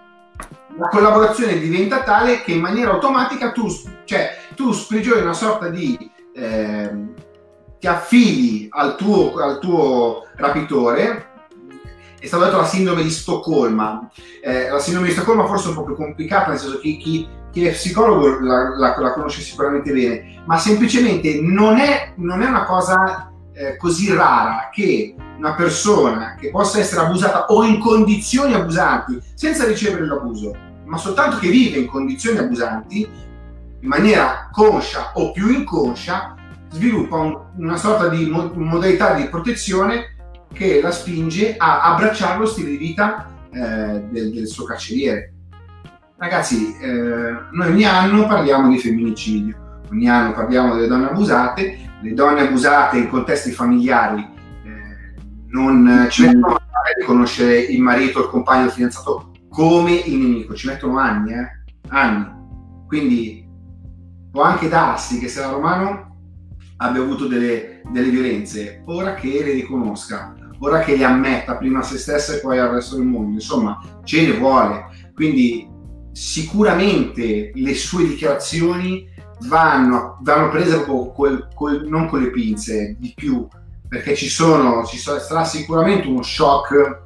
la collaborazione diventa tale che in maniera automatica tu, cioè, tu sprigioni una sorta di eh, ti affidi al tuo, al tuo rapitore. È stato detto la sindrome di Stoccolma. Eh, la sindrome di Stoccolma forse è un po' più complicata, nel senso che chi, chi è psicologo la, la, la conosce sicuramente bene, ma semplicemente non è, non è una cosa eh, così rara che una persona che possa essere abusata o in condizioni abusanti senza ricevere l'abuso, ma soltanto che vive in condizioni abusanti, in maniera conscia o più inconscia, sviluppa un, una sorta di mo- modalità di protezione che la spinge a abbracciare lo stile di vita eh, del, del suo carceriere. Ragazzi, eh, noi ogni anno parliamo di femminicidio, ogni anno parliamo delle donne abusate, le donne abusate in contesti familiari eh, non ci mettono a riconoscere il marito, il compagno, il fidanzato come il nemico, ci mettono anni, eh? anni. Quindi può anche darsi che se la Romano abbia avuto delle, delle violenze, ora che le riconosca, ora che le ammetta prima a se stessa e poi al resto del mondo, insomma, ce ne vuole. Quindi sicuramente le sue dichiarazioni vanno, vanno prese col, col, non con le pinze, di più, perché ci sono, ci sarà sicuramente uno shock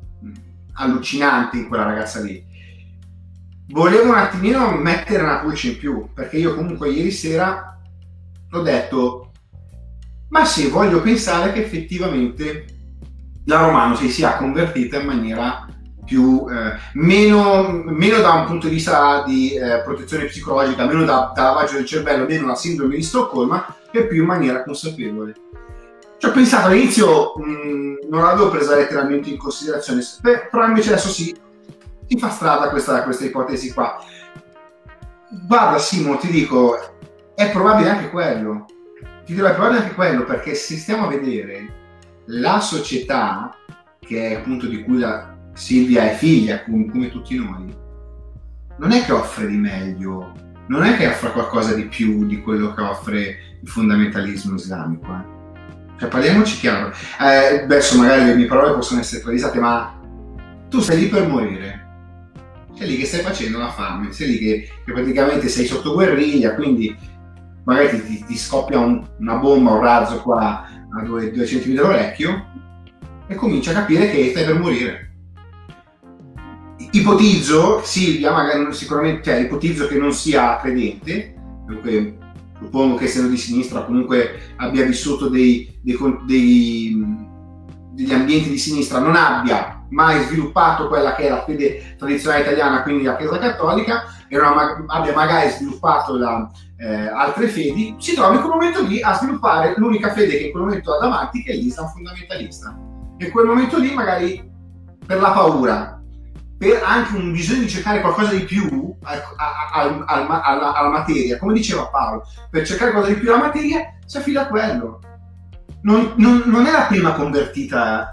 allucinante in quella ragazza lì. Volevo un attimino mettere una pulce in più, perché io comunque ieri sera ho detto, ma sì, voglio pensare che effettivamente la Romano si sia convertita in maniera più eh, meno, meno da un punto di vista di eh, protezione psicologica, meno da, da lavaggio del cervello, meno da sindrome di Stoccolma, e più in maniera consapevole. Ci ho pensato all'inizio, mh, non l'avevo presa letteralmente in considerazione, però invece adesso si, si fa strada questa, questa ipotesi qua. Guarda Simo, ti dico, è probabile anche quello, ti dirò è probabile anche quello, perché se stiamo a vedere la società, che è appunto di cui la Silvia è figlia, come, come tutti noi, non è che offre di meglio, non è che offre qualcosa di più di quello che offre il fondamentalismo islamico, eh. Cioè, parliamoci chiaro. Eh, adesso magari le mie parole possono essere travisate, ma tu sei lì per morire, sei lì che stai facendo la fame, sei lì che, che praticamente sei sotto guerriglia, quindi magari ti, ti, ti scoppia un, una bomba, un razzo qua a due, due centimetri dall'orecchio e cominci a capire che stai per morire. Ipotizzo, Silvia, magari sicuramente, cioè, ipotizzo che non sia credente, dunque suppongo che essendo di sinistra comunque abbia vissuto dei, dei, dei, degli ambienti di sinistra, non abbia mai sviluppato quella che è la fede tradizionale italiana, quindi la Chiesa Cattolica, e non abbia magari sviluppato la, eh, altre fedi, si trova in quel momento lì a sviluppare l'unica fede che in quel momento ha davanti, che è l'Islam fondamentalista. E in quel momento lì magari per la paura, per anche un bisogno di cercare qualcosa di più al, al, al, alla, alla materia, come diceva Paolo, per cercare qualcosa di più alla materia si affida a quello. Non, non, non è la prima convertita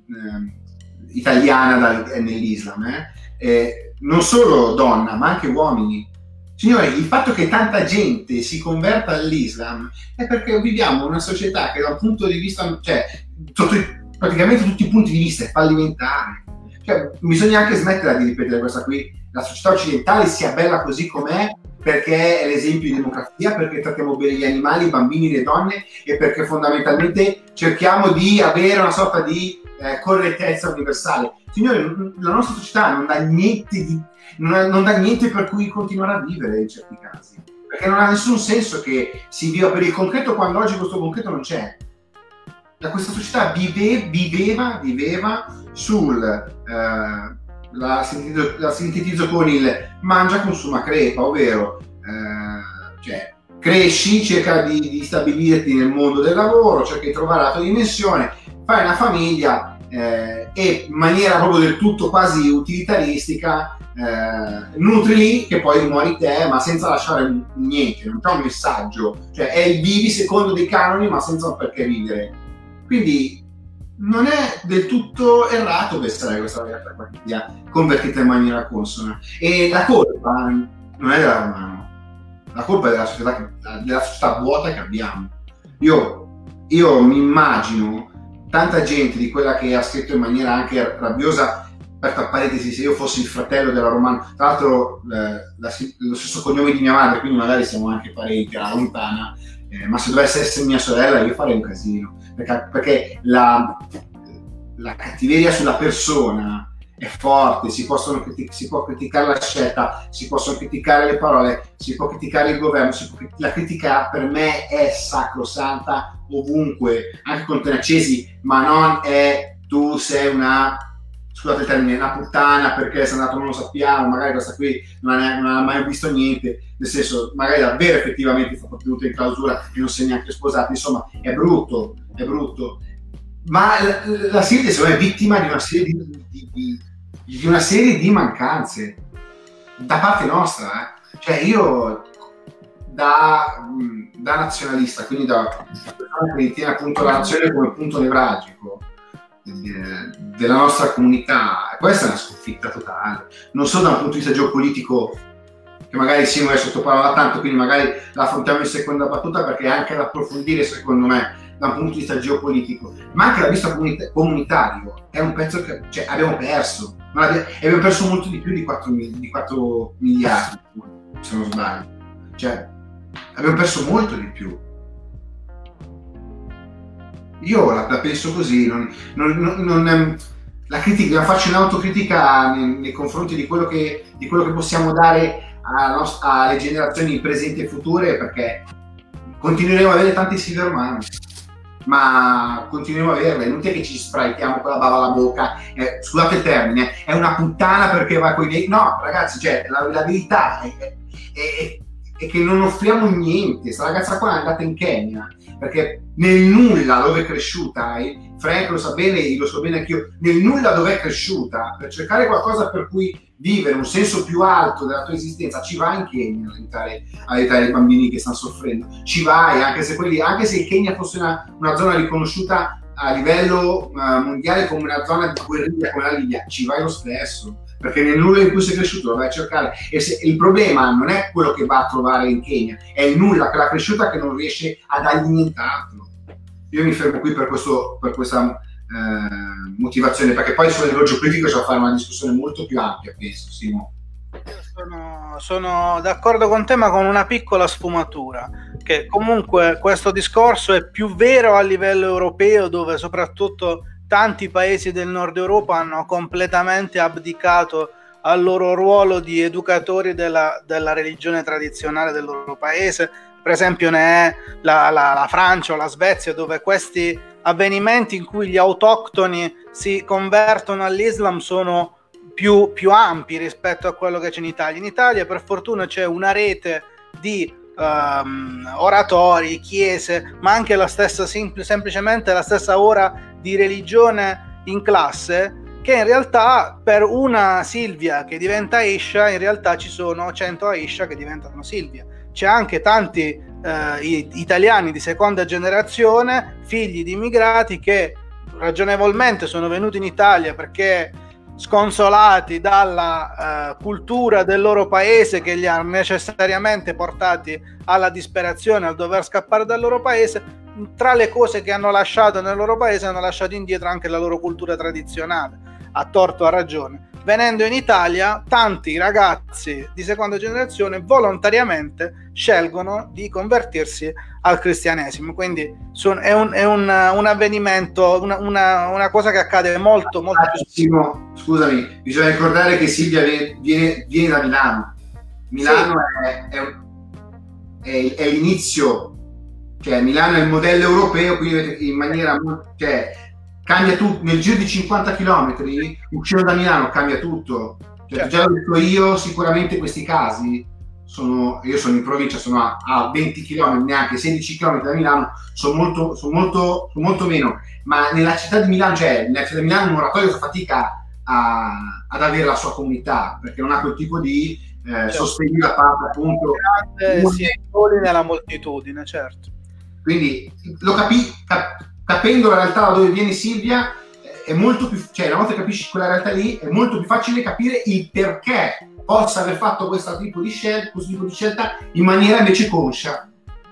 eh, italiana dal, nell'Islam, eh? Eh, non solo donna, ma anche uomini. Signori, il fatto che tanta gente si converta all'Islam è perché viviamo in una società che da un punto di vista, cioè sotto praticamente tutti i punti di vista è fallimentare. Cioè, bisogna anche smettere di ripetere questa qui, la società occidentale sia bella così com'è perché è l'esempio di democrazia, perché trattiamo bene gli animali, i bambini, le donne e perché fondamentalmente cerchiamo di avere una sorta di eh, correttezza universale. Signore, la nostra società non dà niente di, non, ha, non dà niente per cui continuare a vivere in certi casi, perché non ha nessun senso che si viva per il concreto quando oggi questo concreto non c'è. Questa società vive, viveva, viveva sul, eh, la, sintetizzo, la sintetizzo con il mangia, consuma, crepa, ovvero eh, cioè, cresci, cerca di, di stabilirti nel mondo del lavoro, cerca di trovare la tua dimensione, fai una famiglia eh, e in maniera proprio del tutto quasi utilitaristica eh, nutri che poi muori te, ma senza lasciare niente, non c'è un messaggio, cioè è il vivi secondo dei canoni ma senza un perché vivere. Quindi non è del tutto errato pensare questa realtà sia convertita in maniera consona. E la colpa non è della Romano, la colpa è della società, che, della società vuota che abbiamo. Io, io mi immagino tanta gente di quella che ha scritto in maniera anche rabbiosa, per parentesi, se io fossi il fratello della Romano, tra l'altro eh, la, lo stesso cognome di mia madre, quindi magari siamo anche parenti alla lontana, eh, ma se dovesse essere mia sorella io farei un casino. Perché, perché la, la cattiveria sulla persona è forte, si, possono critic- si può criticare la scelta, si possono criticare le parole, si può criticare il governo, si può, la critica per me è sacrosanta ovunque, anche con toni accesi, ma non è tu sei una, scusate il termine, una puttana perché sei andato non lo sappiamo, magari questa qui non, è, non ha mai visto niente, nel senso magari davvero effettivamente è stata tenuta in clausura e non si è neanche sposata, insomma è brutto, è brutto, ma la, la Silvia secondo me è vittima di una serie di, di, di, di una serie di mancanze da parte nostra, eh. Cioè io da, da nazionalista, quindi da persona che ritiene appunto la nazione come punto nevralgico della nostra comunità, questa è una sconfitta totale, non solo da un punto di vista geopolitico, che magari Simo è sottoparola tanto, quindi magari la affrontiamo in seconda battuta perché è anche da approfondire secondo me da un punto di vista geopolitico, ma anche da vista comunita- comunitario è un pezzo che cioè, abbiamo perso, non abbiamo, abbiamo perso molto di più di quattro, di quattro miliardi, se non sbaglio, cioè abbiamo perso molto di più. Io la, la penso così, non, non, non, non, la critica, la faccio un'autocritica nei, nei confronti di quello che, di quello che possiamo dare alla nost- alle generazioni presenti e future, perché continueremo ad avere tanti Silvia Romano, ma continueremo a averle, non è che ci spraichiamo con la bava alla bocca, eh, scusate il termine, è una puttana perché va con i dei... No, ragazzi, cioè, la, la verità è, è, è, è che non offriamo niente. Questa ragazza qua è andata in Kenya perché nel nulla dove è cresciuta, eh, Frank lo sa bene, io lo so bene anch'io, nel nulla dove è cresciuta, per cercare qualcosa per cui vivere un senso più alto della tua esistenza, ci vai in Kenya ad aiutare, ad aiutare i bambini che stanno soffrendo, ci vai, anche se, quelli, anche se il Kenya fosse una, una zona riconosciuta a livello uh, mondiale come una zona di guerriglia come la Libia, ci vai lo stesso, perché nel nulla in cui sei cresciuto lo vai a cercare, e se, il problema non è quello che va a trovare in Kenya, è il nulla che l'ha cresciuta che non riesce a dargli nient'altro. Io mi fermo qui per, questo, per questa eh, motivazione, perché poi sul livello geopolitico c'è da fare una discussione molto più ampia, penso, Simo. Io sono sono d'accordo con te, ma con una piccola sfumatura, che comunque questo discorso è più vero a livello europeo, dove soprattutto tanti paesi del nord Europa hanno completamente abdicato al loro ruolo di educatori della, della religione tradizionale del loro paese. Per esempio ne è la, la, la Francia o la Svezia, dove questi avvenimenti in cui gli autoctoni si convertono all'Islam sono più, più ampi rispetto a quello che c'è in Italia. In Italia per fortuna c'è una rete di um, oratori, chiese, ma anche la stessa sem- semplicemente la stessa ora di religione in classe, che in realtà per una Silvia che diventa Aisha, in realtà ci sono cento Aisha che diventano Silvia. C'è anche tanti eh, italiani di seconda generazione, figli di immigrati, che ragionevolmente sono venuti in Italia perché sconsolati dalla eh, cultura del loro paese, che li ha necessariamente portati alla disperazione, al dover scappare dal loro paese. Tra le cose che hanno lasciato nel loro paese hanno lasciato indietro anche la loro cultura tradizionale, a torto o a ragione. Venendo in Italia, tanti ragazzi di seconda generazione volontariamente scelgono di convertirsi al cristianesimo, quindi son, è, un, è un, un avvenimento, una, una, una cosa che accade molto, molto ah, più spesso. Scusami, bisogna ricordare che Silvia viene, viene, viene da Milano. Milano sì. è, è, è, è l'inizio, cioè Milano è il modello europeo, quindi in maniera cioè, cambia tutto, nel giro di cinquanta chilometri, uscire da Milano cambia tutto. Cioè, certo. Già l'ho detto io, sicuramente questi casi sono, io sono in provincia, sono a, a venti chilometri, neanche sedici chilometri da Milano, sono molto, sono molto, sono molto meno, ma nella città di Milano, cioè nella città di Milano un oratorio fa fatica a, ad avere la sua comunità, perché non ha quel tipo di eh, certo. sostegno da parte appunto si è soli nella moltitudine, certo. Quindi lo capi, cap, capendo la realtà da dove viene Silvia, è molto più, cioè una volta che capisci quella realtà lì, è molto più facile capire il perché possa aver fatto questo tipo di scelta, questo tipo di scelta in maniera invece conscia.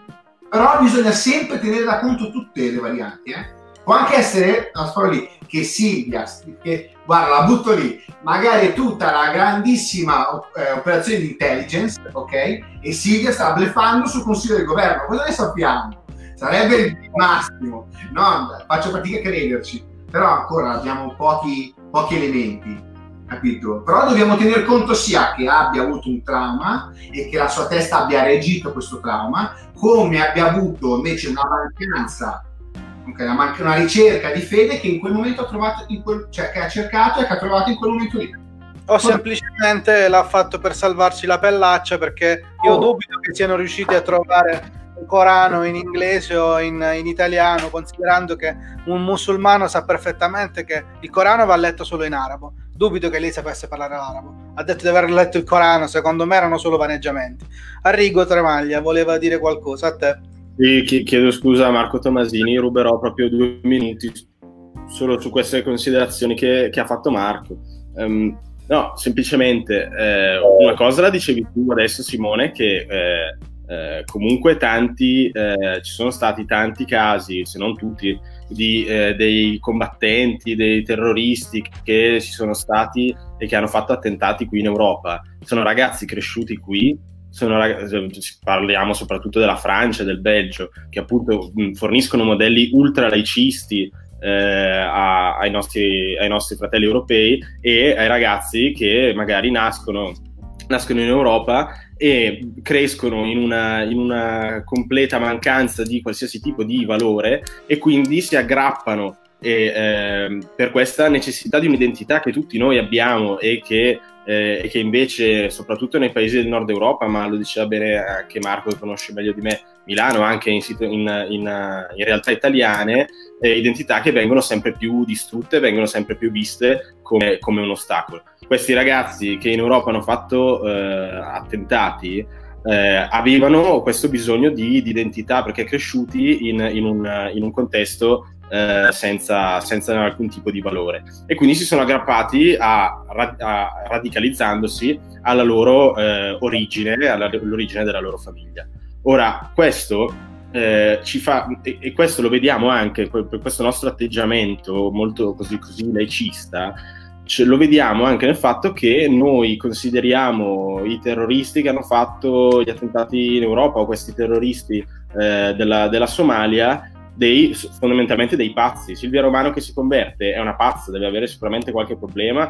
Però bisogna sempre tenere da conto tutte le varianti, eh. Può anche essere, la sparo lì, che Silvia, che guarda, la butto lì, magari è tutta la grandissima eh, operazione di intelligence, ok? E Silvia sta bluffando sul Consiglio del Governo, cosa ne sappiamo? Sarebbe il massimo, no? Faccio fatica a crederci, però ancora abbiamo pochi, pochi elementi, capito? Però dobbiman tenere conto sia che abbia avuto un trauma e che la sua testa abbia reagito a questo trauma, come abbia avuto invece una mancanza, okay, una, man- una ricerca di fede che in quel momento ha trovato, in quel, cioè che ha cercato e che ha trovato in quel momento lì. O semplicemente l'ha fatto per salvarsi la pellaccia, perché io oh. dubito che siano riusciti a trovare un Corano in inglese o in, in italiano, considerando che un musulmano sa perfettamente che il Corano va letto solo in arabo. Dubito che lei sapesse parlare l'arabo. Ha detto di aver letto il Corano, secondo me erano solo vaneggiamenti. Arrigo Tremaglia voleva dire qualcosa, a te. Sì, chiedo scusa a Marco Tomasini, ruberò proprio due minuti solo su queste considerazioni che, che ha fatto Marco. Um, no, semplicemente eh, una cosa la dicevi tu adesso, Simone, che eh, eh, comunque tanti eh, ci sono stati tanti casi, se non tutti, di eh, dei combattenti, dei terroristi che ci sono stati e che hanno fatto attentati qui in Europa. Sono ragazzi cresciuti qui, sono ragazzi, parliamo soprattutto della Francia e del Belgio, che appunto mh, forniscono modelli ultra laicisti eh, a, ai, nostri, ai nostri fratelli europei e ai ragazzi che magari nascono, nascono in Europa e crescono in una, in una completa mancanza di qualsiasi tipo di valore e quindi si aggrappano e, eh, per questa necessità di un'identità che tutti noi abbiamo e che, eh, e che invece soprattutto nei paesi del nord Europa, ma lo diceva bene anche Marco che conosce meglio di me Milano, anche in, in, in, in realtà italiane, eh, identità che vengono sempre più distrutte, vengono sempre più viste come, come un ostacolo. Questi ragazzi che in Europa hanno fatto eh, attentati eh, avevano questo bisogno di, di identità, perché cresciuti in, in, un, in un contesto eh, senza, senza alcun tipo di valore, e quindi si sono aggrappati a, a radicalizzandosi alla loro eh, origine, alla, all'origine della loro famiglia. Ora questo eh, ci fa, e, e questo lo vediamo anche per questo nostro atteggiamento molto così, così laicista, ce lo vediamo anche nel fatto che noi consideriamo i terroristi che hanno fatto gli attentati in Europa o questi terroristi eh, della, della Somalia dei, fondamentalmente dei pazzi. Silvia Romano che si converte è una pazza, deve avere sicuramente qualche problema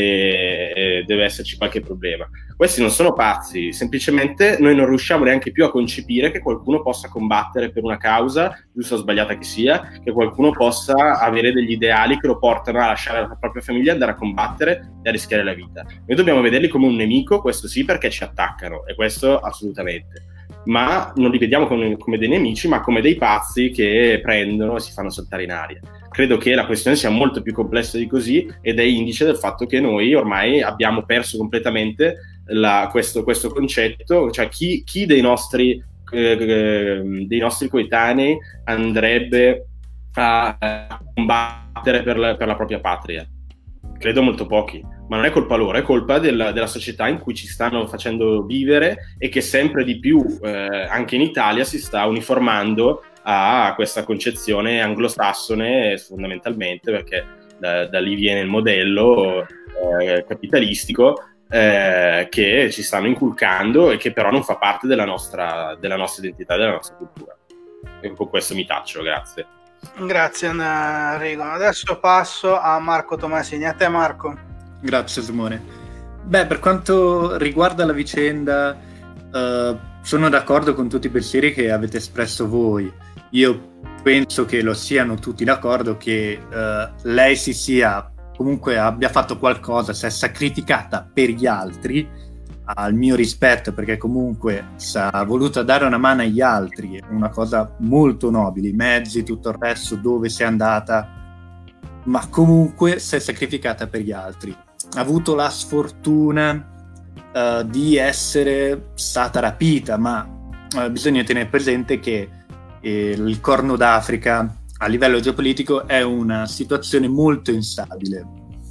e, e deve esserci qualche problema. Questi non sono pazzi, semplicemente noi non riusciamo neanche più a concepire che qualcuno possa combattere per una causa, giusta o sbagliata che sia, che qualcuno possa avere degli ideali che lo portano a lasciare la propria famiglia, andare a combattere e a rischiare la vita. Noi dobbiamo vederli come un nemico, questo sì, perché ci attaccano, e questo assolutamente, ma non li vediamo come, come dei nemici, ma come dei pazzi che prendono e si fanno saltare in aria. Credo che la questione sia molto più complessa di così, ed è indice del fatto che noi ormai abbiamo perso completamente la, questo, questo concetto, cioè chi, chi dei nostri eh, dei nostri coetanei andrebbe a, a combattere per la, per la propria patria. Credo molto pochi, ma non è colpa loro, è colpa della, della società in cui ci stanno facendo vivere e che sempre di più eh, anche in Italia si sta uniformando a questa concezione anglosassone fondamentalmente, perché da, da lì viene il modello eh, capitalistico eh, che ci stanno inculcando e che però non fa parte della nostra, della nostra identità, della nostra cultura. E con questo mi taccio, grazie. Grazie Enrico. Adesso passo a Marco Tomasini. A te Marco. Grazie Simone. Beh, per quanto riguarda la vicenda, uh, sono d'accordo con tutti i pensieri che avete espresso voi. Io penso che lo siano tutti d'accordo che uh, lei si sia, comunque abbia fatto qualcosa, si è sacrificata per gli altri, al mio rispetto, perché comunque si è voluta dare una mano agli altri, è una cosa molto nobile, i mezzi, tutto il resto, dove sei andata, ma comunque si è sacrificata per gli altri. Ha avuto la sfortuna uh, di essere stata rapita, ma uh, bisogna tenere presente che eh, il Corno d'Africa a livello geopolitico è una situazione molto instabile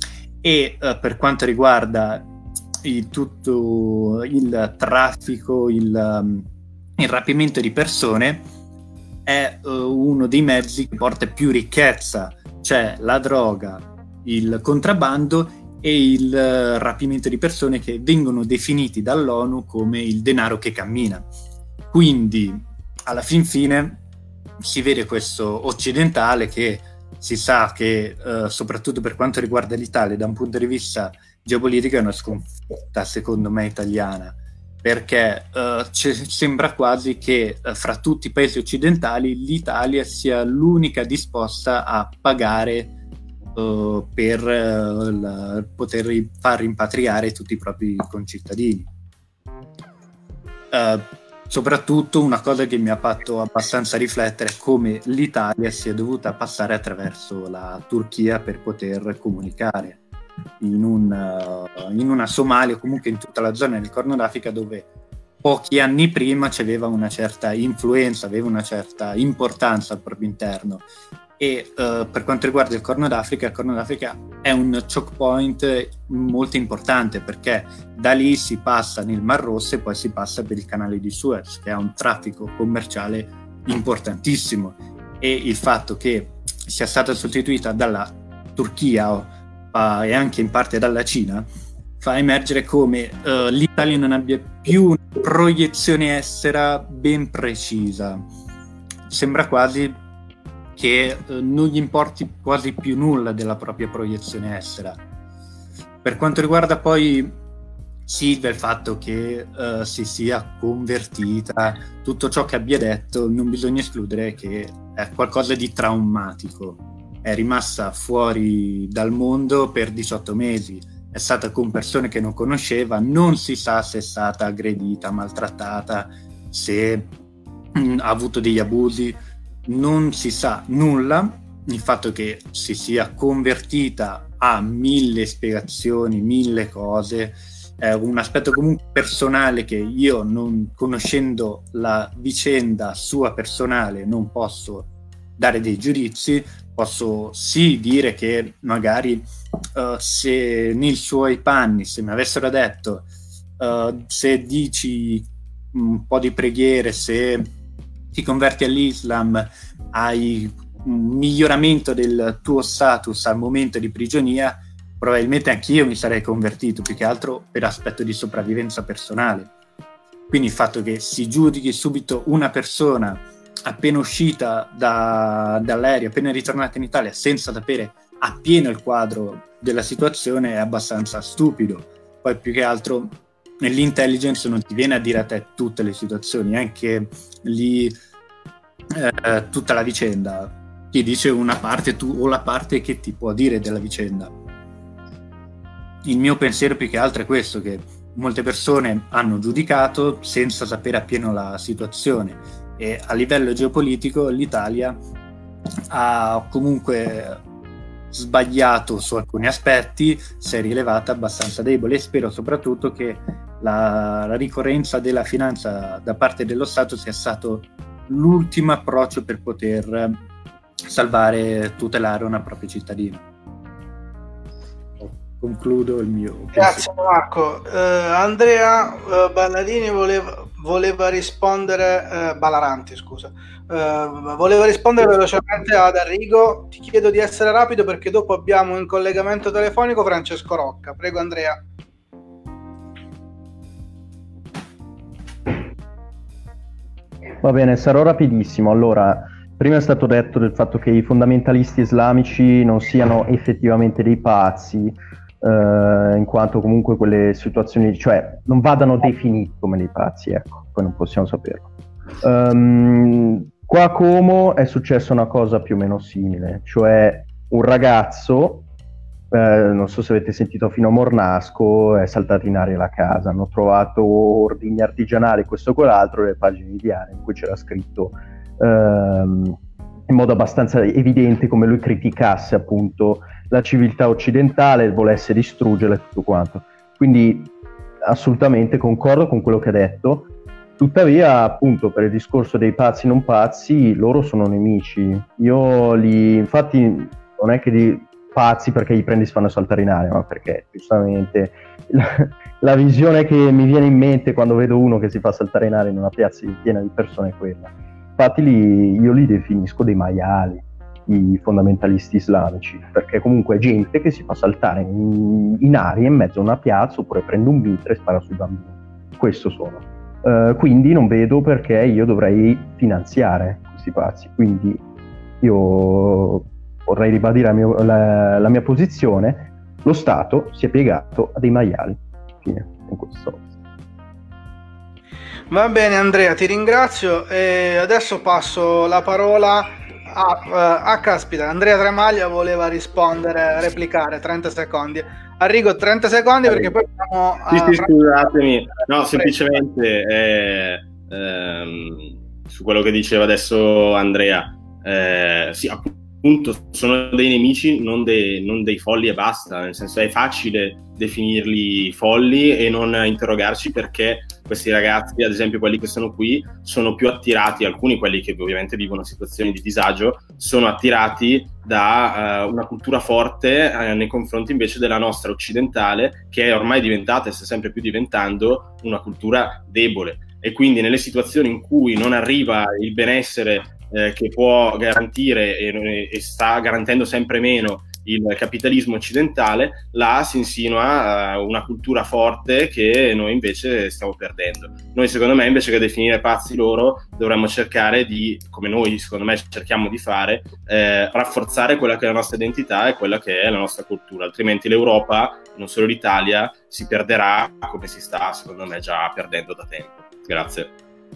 e uh, per quanto riguarda il, tutto il traffico, il, um, il rapimento di persone è uh, uno dei mezzi che porta più ricchezza, cioè la droga, il contrabbando e il uh, rapimento di persone che vengono definiti dall'ONU come il denaro che cammina. Quindi alla fin fine si vede questo occidentale che si sa che uh, soprattutto per quanto riguarda l'Italia da un punto di vista geopolitico è una sconfitta secondo me italiana, perché uh, sembra quasi che uh, fra tutti i paesi occidentali l'Italia sia l'unica disposta a pagare uh, per uh, la, poter far rimpatriare tutti i propri concittadini. Uh, soprattutto una cosa che mi ha fatto abbastanza riflettere è come l'Italia sia dovuta passare attraverso la Turchia per poter comunicare in, un, uh, in una Somalia o comunque in tutta la zona del Corno d'Africa, dove pochi anni prima c'aveva una certa influenza, aveva una certa importanza al proprio interno. E uh, per quanto riguarda il Corno d'Africa, il Corno d'Africa è un choke point molto importante, perché da lì si passa nel Mar Rosso e poi si passa per il canale di Suez, che ha un traffico commerciale importantissimo, e il fatto che sia stata sostituita dalla Turchia uh, e anche in parte dalla Cina fa emergere come uh, l'Italia non abbia più una proiezione estera ben precisa. Sembra quasi che eh, non gli importi quasi più nulla della propria proiezione estera. Per quanto riguarda poi Silvia, il fatto che eh, si sia convertita, tutto ciò che abbia detto, non bisogna escludere che è qualcosa di traumatico. È rimasta fuori dal mondo per diciotto mesi, è stata con persone che non conosceva, non si sa se è stata aggredita, maltrattata, se mh, ha avuto degli abusi, non si sa nulla. Il fatto che si sia convertita ha mille spiegazioni, mille cose, è un aspetto comunque personale che io, non conoscendo la vicenda sua personale, non posso dare dei giudizi. Posso sì dire che magari uh, se nei suoi panni, se mi avessero detto uh, se dici un po' di preghiere, se ti converti all'Islam, hai un miglioramento del tuo status al momento di prigionia, probabilmente anch'io mi sarei convertito, più che altro per aspetto di sopravvivenza personale. Quindi il fatto che si giudichi subito una persona appena uscita da, dall'aereo, appena ritornata in Italia, senza sapere appieno il quadro della situazione è abbastanza stupido. Poi più che altro nell'intelligence non ti viene a dire a te tutte le situazioni, anche lì eh, tutta la vicenda, ti dice una parte tu o la parte che ti può dire della vicenda. Il mio pensiero più che altro è questo, che molte persone hanno giudicato senza sapere appieno la situazione, e a livello geopolitico l'Italia ha comunque sbagliato su alcuni aspetti, si è rilevata abbastanza debole, e spero soprattutto che la, la ricorrenza della finanza da parte dello Stato sia stato l'ultimo approccio per poter salvare, tutelare una propria cittadina. Concludo il mio Grazie pensiero. Marco. uh, Andrea uh, Balladini voleva, voleva rispondere uh, Balaranti scusa uh, voleva rispondere velocemente ad Arrigo. Ti chiedo di essere rapido perché dopo abbiamo in collegamento telefonico Francesco Rocca. Prego Andrea. Va bene, sarò rapidissimo. Allora, prima è stato detto del fatto che i fondamentalisti islamici non siano effettivamente dei pazzi, Uh, in quanto comunque quelle situazioni, cioè non vadano definiti come dei pazzi, ecco, poi non possiamo saperlo. Um, qua a Como è successa una cosa più o meno simile, cioè un ragazzo, eh, non so se avete sentito, fino a Mornasco è saltato in aria la casa, hanno trovato ordigni artigianali, questo e quell'altro, le pagine di diario in cui c'era scritto um, in modo abbastanza evidente come lui criticasse appunto la civiltà occidentale, volesse distruggerla e tutto quanto. Quindi assolutamente concordo con quello che ha detto. Tuttavia, appunto, per il discorso dei pazzi non pazzi, loro sono nemici. Io li, infatti, non è che di pazzi perché gli prendi e si fanno saltare in aria, ma perché giustamente la, la visione che mi viene in mente quando vedo uno che si fa saltare in aria in una piazza piena di persone è quella. Infatti li, io li definisco dei maiali, i fondamentalisti islamici, perché comunque è gente che si fa saltare in, in aria in mezzo a una piazza, oppure prende un mitra e spara sui bambini. Questo sono. Uh, quindi non vedo perché io dovrei finanziare questi pazzi. Quindi io vorrei ribadire la mia, la, la mia posizione: lo Stato si è piegato a dei maiali. Fine, in questo. Va bene Andrea, ti ringrazio e adesso passo la parola Ah, uh, ah, caspita, Andrea Tremaglia voleva rispondere, replicare, trenta secondi. Arrigo trenta secondi perché poi siamo a... Sì, sì, scusatemi. No, semplicemente eh, ehm, su quello che diceva adesso Andrea. Eh, sì, appunto, sono dei nemici, non dei, non dei folli e basta. Nel senso, è facile definirli folli e non interrogarci perché questi ragazzi, ad esempio quelli che sono qui, sono più attirati, alcuni quelli che ovviamente vivono situazioni di disagio, sono attirati da uh, una cultura forte uh, nei confronti invece della nostra occidentale, che è ormai diventata e sta sempre più diventando una cultura debole. E quindi nelle situazioni in cui non arriva il benessere eh, che può garantire e, e sta garantendo sempre meno il capitalismo occidentale, là si insinua uh, una cultura forte che noi invece stiamo perdendo. Noi, secondo me, invece che definire pazzi loro, dovremmo cercare di, come noi secondo me cerchiamo di fare, eh, rafforzare quella che è la nostra identità e quella che è la nostra cultura, altrimenti l'Europa, non solo l'Italia, si perderà come si sta, secondo me, già perdendo da tempo. Grazie.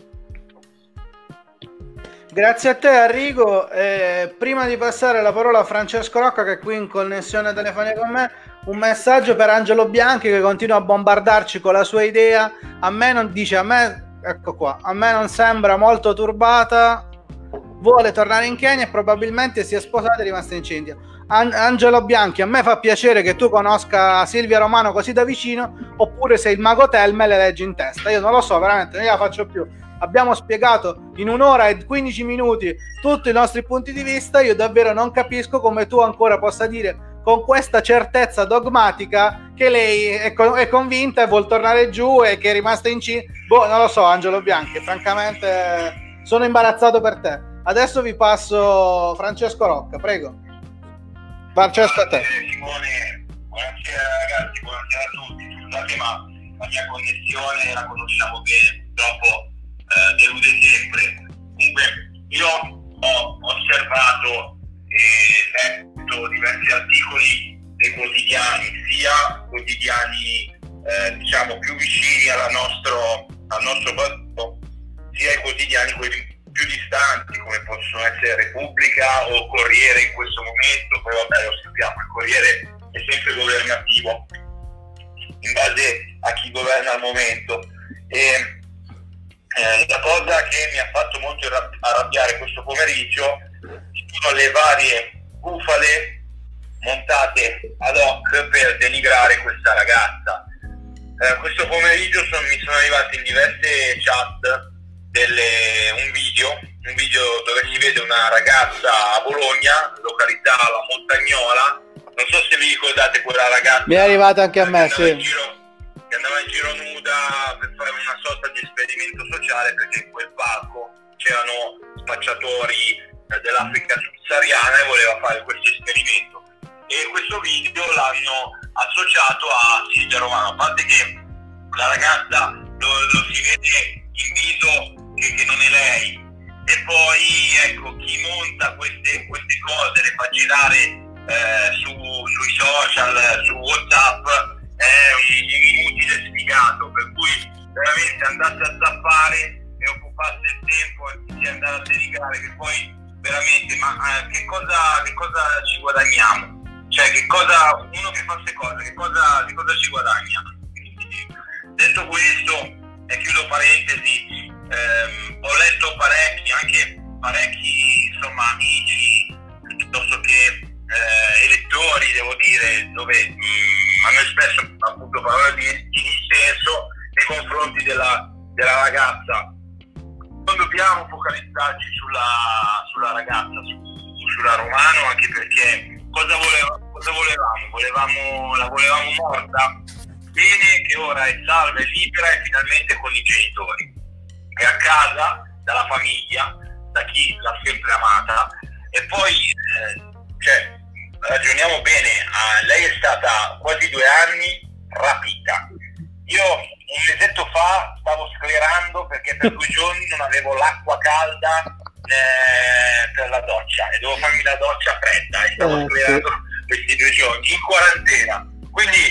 Grazie a te Arrigo. Eh, prima di passare la parola a Francesco Rocca, che è qui in connessione telefonica con me, un messaggio per Angelo Bianchi che continua a bombardarci con la sua idea. A me non dice, a me, ecco qua, a me non sembra molto turbata, vuole tornare in Kenya e probabilmente si è sposata e è rimasta incinta. An- Angelo Bianchi, a me fa piacere che tu conosca Silvia Romano così da vicino, oppure sei il mago Telma e le leggi in testa. Io non lo so, veramente, non gliela faccio più. Abbiamo spiegato in un'ora e quindici minuti tutti i nostri punti di vista. Io davvero non capisco come tu ancora possa dire con questa certezza dogmatica che lei è, co- è convinta e vuol tornare giù e che è rimasta incinta. Boh, non lo so, Angelo Bianchi, francamente sono imbarazzato per te. Adesso vi passo Francesco Rocca, prego. Francesco, a te. Buonasera ragazzi, buonasera a tutti. Scusate ma la mia connessione, la conosciamo bene, purtroppo eh, delude sempre. Comunque io ho osservato e letto diversi articoli dei quotidiani, sia quotidiani eh, diciamo più vicini alla nostro, al nostro partito, sia i quotidiani quelli più distanti come possono essere Repubblica o Corriere in questo momento. Poi vabbè, lo sappiamo, il Corriere è sempre governativo in base a chi governa al momento. E eh, la cosa che mi ha fatto molto arrabbiare questo pomeriggio sono le varie bufale montate ad hoc per denigrare questa ragazza. Eh, questo pomeriggio son, mi sono arrivati in diverse chat delle, un video un video dove si vede una ragazza a Bologna, località La Montagnola. Non so se vi ricordate quella ragazza. Mi è arrivata anche a me, sì. Giro, che andava in giro nuda per fare una sorta di esperimento sociale, perché in quel parco c'erano spacciatori dell'Africa subsahariana e voleva fare questo esperimento. E questo video l'hanno associato a Silvia Romano, a parte che la ragazza lo, lo si vede in viso che, che non è lei. E poi ecco, chi monta queste, queste cose, le fa girare Eh, su, sui social, su WhatsApp, è un, un inutile sfigato, per cui veramente andate a zappare e occupasse il tempo anziché andare a dedicare, che poi veramente ma eh, che cosa che cosa ci guadagniamo? Cioè che cosa uno che fa queste cose, che cosa, che cosa ci guadagna? Detto questo, e chiudo parentesi, ehm, ho letto parecchi, anche parecchi insomma amici piuttosto che Eh, elettori, devo dire, dove mh, hanno espresso appunto parole di, di dissenso nei confronti della, della ragazza. Non dobbiamo focalizzarci sulla, sulla ragazza, su, sulla Romano, anche perché cosa, voleva, cosa volevamo? volevamo? La volevamo morta? Bene che ora è salva e libera e finalmente con i genitori. È a casa, dalla famiglia, da chi l'ha sempre amata. E poi eh, cioè, ragioniamo bene, uh, lei è stata quasi due anni rapita. Io un mesetto fa stavo sclerando perché per due giorni non avevo l'acqua calda eh, per la doccia e dovevo farmi la doccia fredda e stavo eh, sclerando sì. questi due giorni in quarantena. Quindi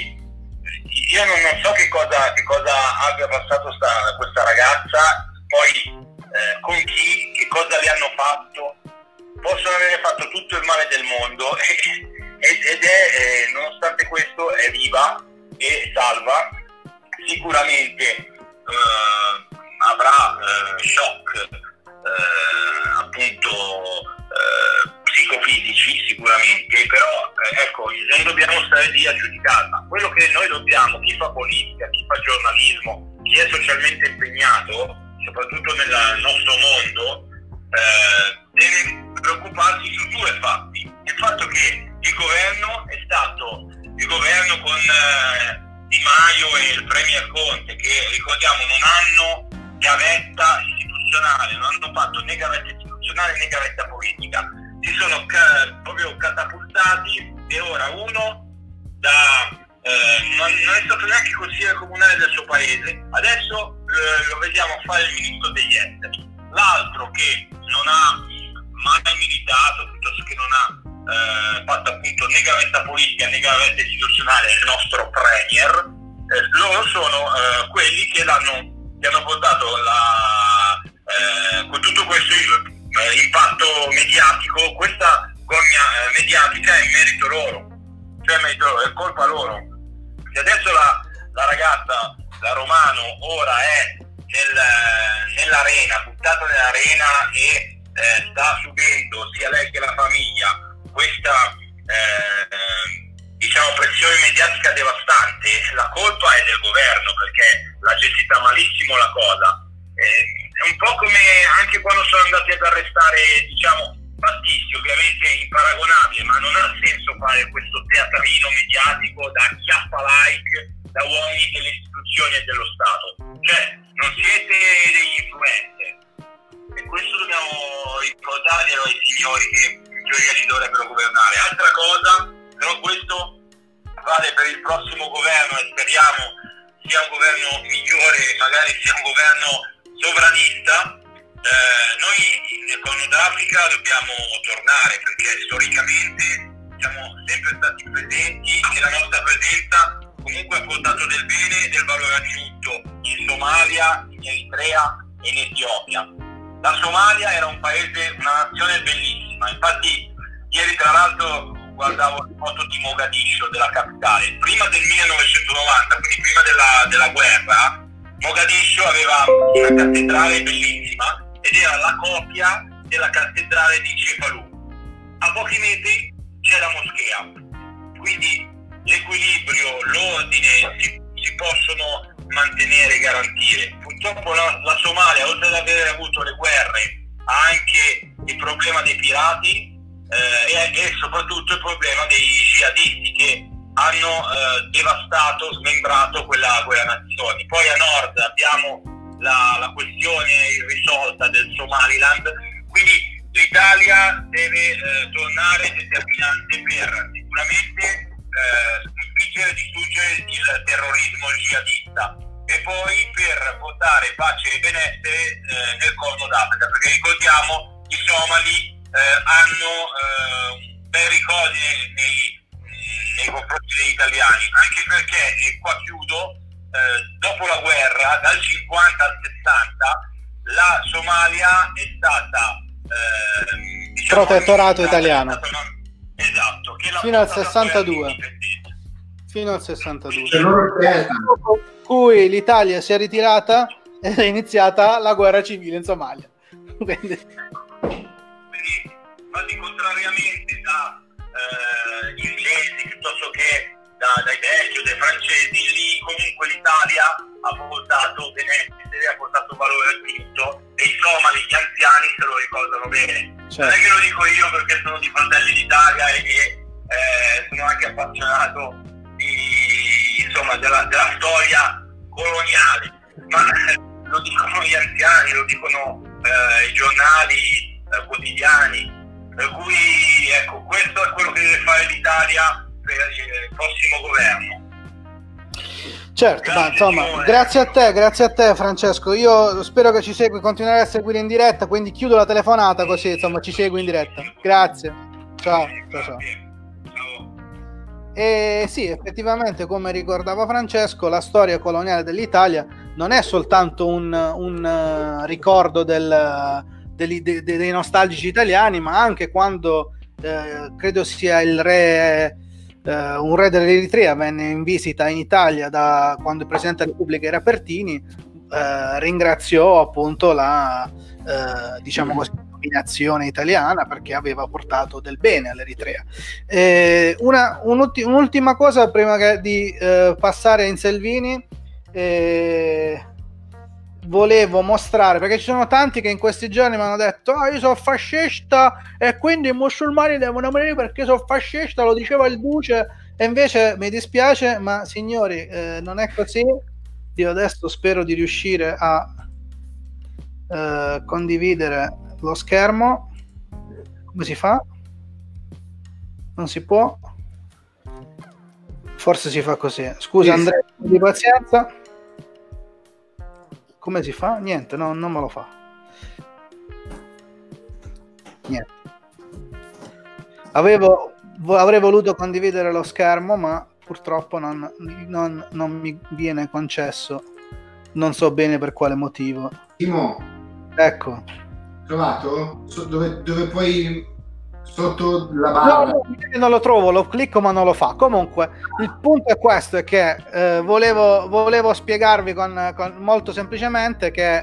io non, non so che cosa, che cosa abbia passato sta, questa ragazza, poi eh, con chi, che cosa le hanno fatto. Possono avere fatto tutto il male del mondo ed è, eh, nonostante questo, è viva e salva. Sicuramente eh, avrà eh, shock eh, appunto eh, psicofisici sicuramente, però eh, ecco, non dobbiamo stare lì a giudicarla. Quello che noi dobbiamo, chi fa politica, chi fa giornalismo, chi è socialmente impegnato, soprattutto nel nostro mondo, eh, deve preoccuparsi su due fatti. Il fatto che il governo è stato il governo con eh, Di Maio e il Premier Conte, che ricordiamo non hanno gavetta istituzionale, non hanno fatto né gavetta istituzionale né gavetta politica, si sono ca- proprio catapultati e ora uno da eh, non, non è stato neanche consigliere comunale del suo paese, adesso eh, lo vediamo fare il ministro degli esteri, l'altro che non ha mai militato, piuttosto che non ha eh, fatto appunto né gavetta politica né gavetta istituzionale, il nostro premier, eh, loro sono eh, quelli che l'hanno che hanno portato la, eh, con tutto questo eh, impatto mediatico, questa gogna eh, mediatica è merito loro, cioè è merito loro, è colpa loro. E adesso la, la ragazza, la Romano, ora è nel, nell'arena, buttata nell'arena e Eh, sta subendo sia lei che la famiglia questa eh, diciamo pressione mediatica devastante. La colpa è del governo perché l'ha gestita malissimo la cosa. Eh, è un po' come anche quando sono andati ad arrestare diciamo Battisti, ovviamente imparagonabile, ma non ha senso fare questo teatrino mediatico da chiappa like da uomini delle istituzioni e dello Stato. Cioè non siete degli influencer. E questo dobbiamo ricordarglielo ai signori che in teoria ci dovrebbero governare. Altra cosa, però questo vale per per il prossimo governo, e speriamo sia un governo migliore, magari sia un governo sovranista, eh, noi nel Corno d'Africa dobbiamo tornare, perché storicamente siamo sempre stati presenti e la nostra presenza comunque ha portato del bene e del valore aggiunto in Somalia, in Eritrea e in Etiopia. La Somalia era un paese, una nazione bellissima, infatti ieri tra l'altro guardavo le foto di Mogadiscio, della capitale, prima del millenovecentonovanta, quindi prima della, della guerra. Mogadiscio aveva una cattedrale bellissima ed era la copia della cattedrale di Cefalù. A pochi metri c'è la moschea, quindi l'equilibrio, l'ordine si, si possono mantenere e garantire. Purtroppo la, la Somalia, oltre ad aver avuto le guerre, ha anche il problema dei pirati eh, e, e soprattutto il problema dei jihadisti che hanno eh, devastato, smembrato quella, quella nazione. Poi a nord abbiamo la, la questione irrisolta del Somaliland, quindi l'Italia deve eh, tornare determinante per sicuramente eh, sconfiggere e distruggere il terrorismo jihadista e poi per portare pace e benessere eh, nel Corno d'Africa, perché ricordiamo i somali eh, hanno eh, bei ricordi nei, nei confronti degli italiani, anche perché, e qua chiudo, eh, dopo la guerra, dal cinquanta al sessanta, la Somalia è stata eh, diciamo, protettorato italiano. Una, esatto, che fino al sessantadue. Fino al sessantadue. Dopo cui l'Italia si è ritirata ed è iniziata la guerra civile in Somalia. Quindi, Quindi infatti, contrariamente da eh, inglesi piuttosto che da, dai belgi o dai francesi, lì comunque l'Italia ha portato benessere, ha portato valore aggiunto e i somali, gli anziani, se lo ricordano bene. certo. Non è che lo dico io perché sono di Fratelli d'Italia e, e eh, sono anche appassionato di, insomma, della, della storia coloniale, ma eh, lo dicono gli anziani, lo dicono eh, i giornali eh, quotidiani, per cui ecco, questo è quello che deve fare l'Italia per il prossimo governo. Certo, Grazie, ma insomma, Simone. grazie a te, grazie a te Francesco. Io spero che ci segui, continuerai a seguire in diretta, quindi chiudo la telefonata così insomma ci segui in diretta. Grazie. Ciao, ciao, ciao. E sì, effettivamente, come ricordava Francesco, la storia coloniale dell'Italia non è soltanto un, un uh, ricordo del, degli, de, de, dei nostalgici italiani, ma anche quando eh, credo sia il re, eh, un re dell'Eritrea venne in visita in Italia da quando il Presidente della Repubblica era Pertini, eh, ringraziò appunto la eh, diciamo così dominazione italiana perché aveva portato del bene all'Eritrea. Eh, una, un'ulti- un'ultima cosa prima che di eh, passare in Selvini, eh, volevo mostrare, perché ci sono tanti che in questi giorni mi hanno detto ah, io sono fascista e quindi i musulmani devono morire perché sono fascista, lo diceva il duce, e invece mi dispiace, ma signori, eh, non è così. Io adesso spero di riuscire a eh, condividere lo schermo. Come si fa? Non si può? Forse si fa così. Scusa Andrea, di pazienza. Come si fa? Niente, no, non me lo fa. Niente. Avevo, avrei voluto condividere lo schermo, ma purtroppo non, non, non mi viene concesso. Non so bene per quale motivo. Timo, ecco. Trovato? So, dove, dove poi sotto la barra? No, no, non lo trovo, lo clicco ma non lo fa. Comunque il punto è questo, è che eh, volevo, volevo spiegarvi con, con, molto semplicemente che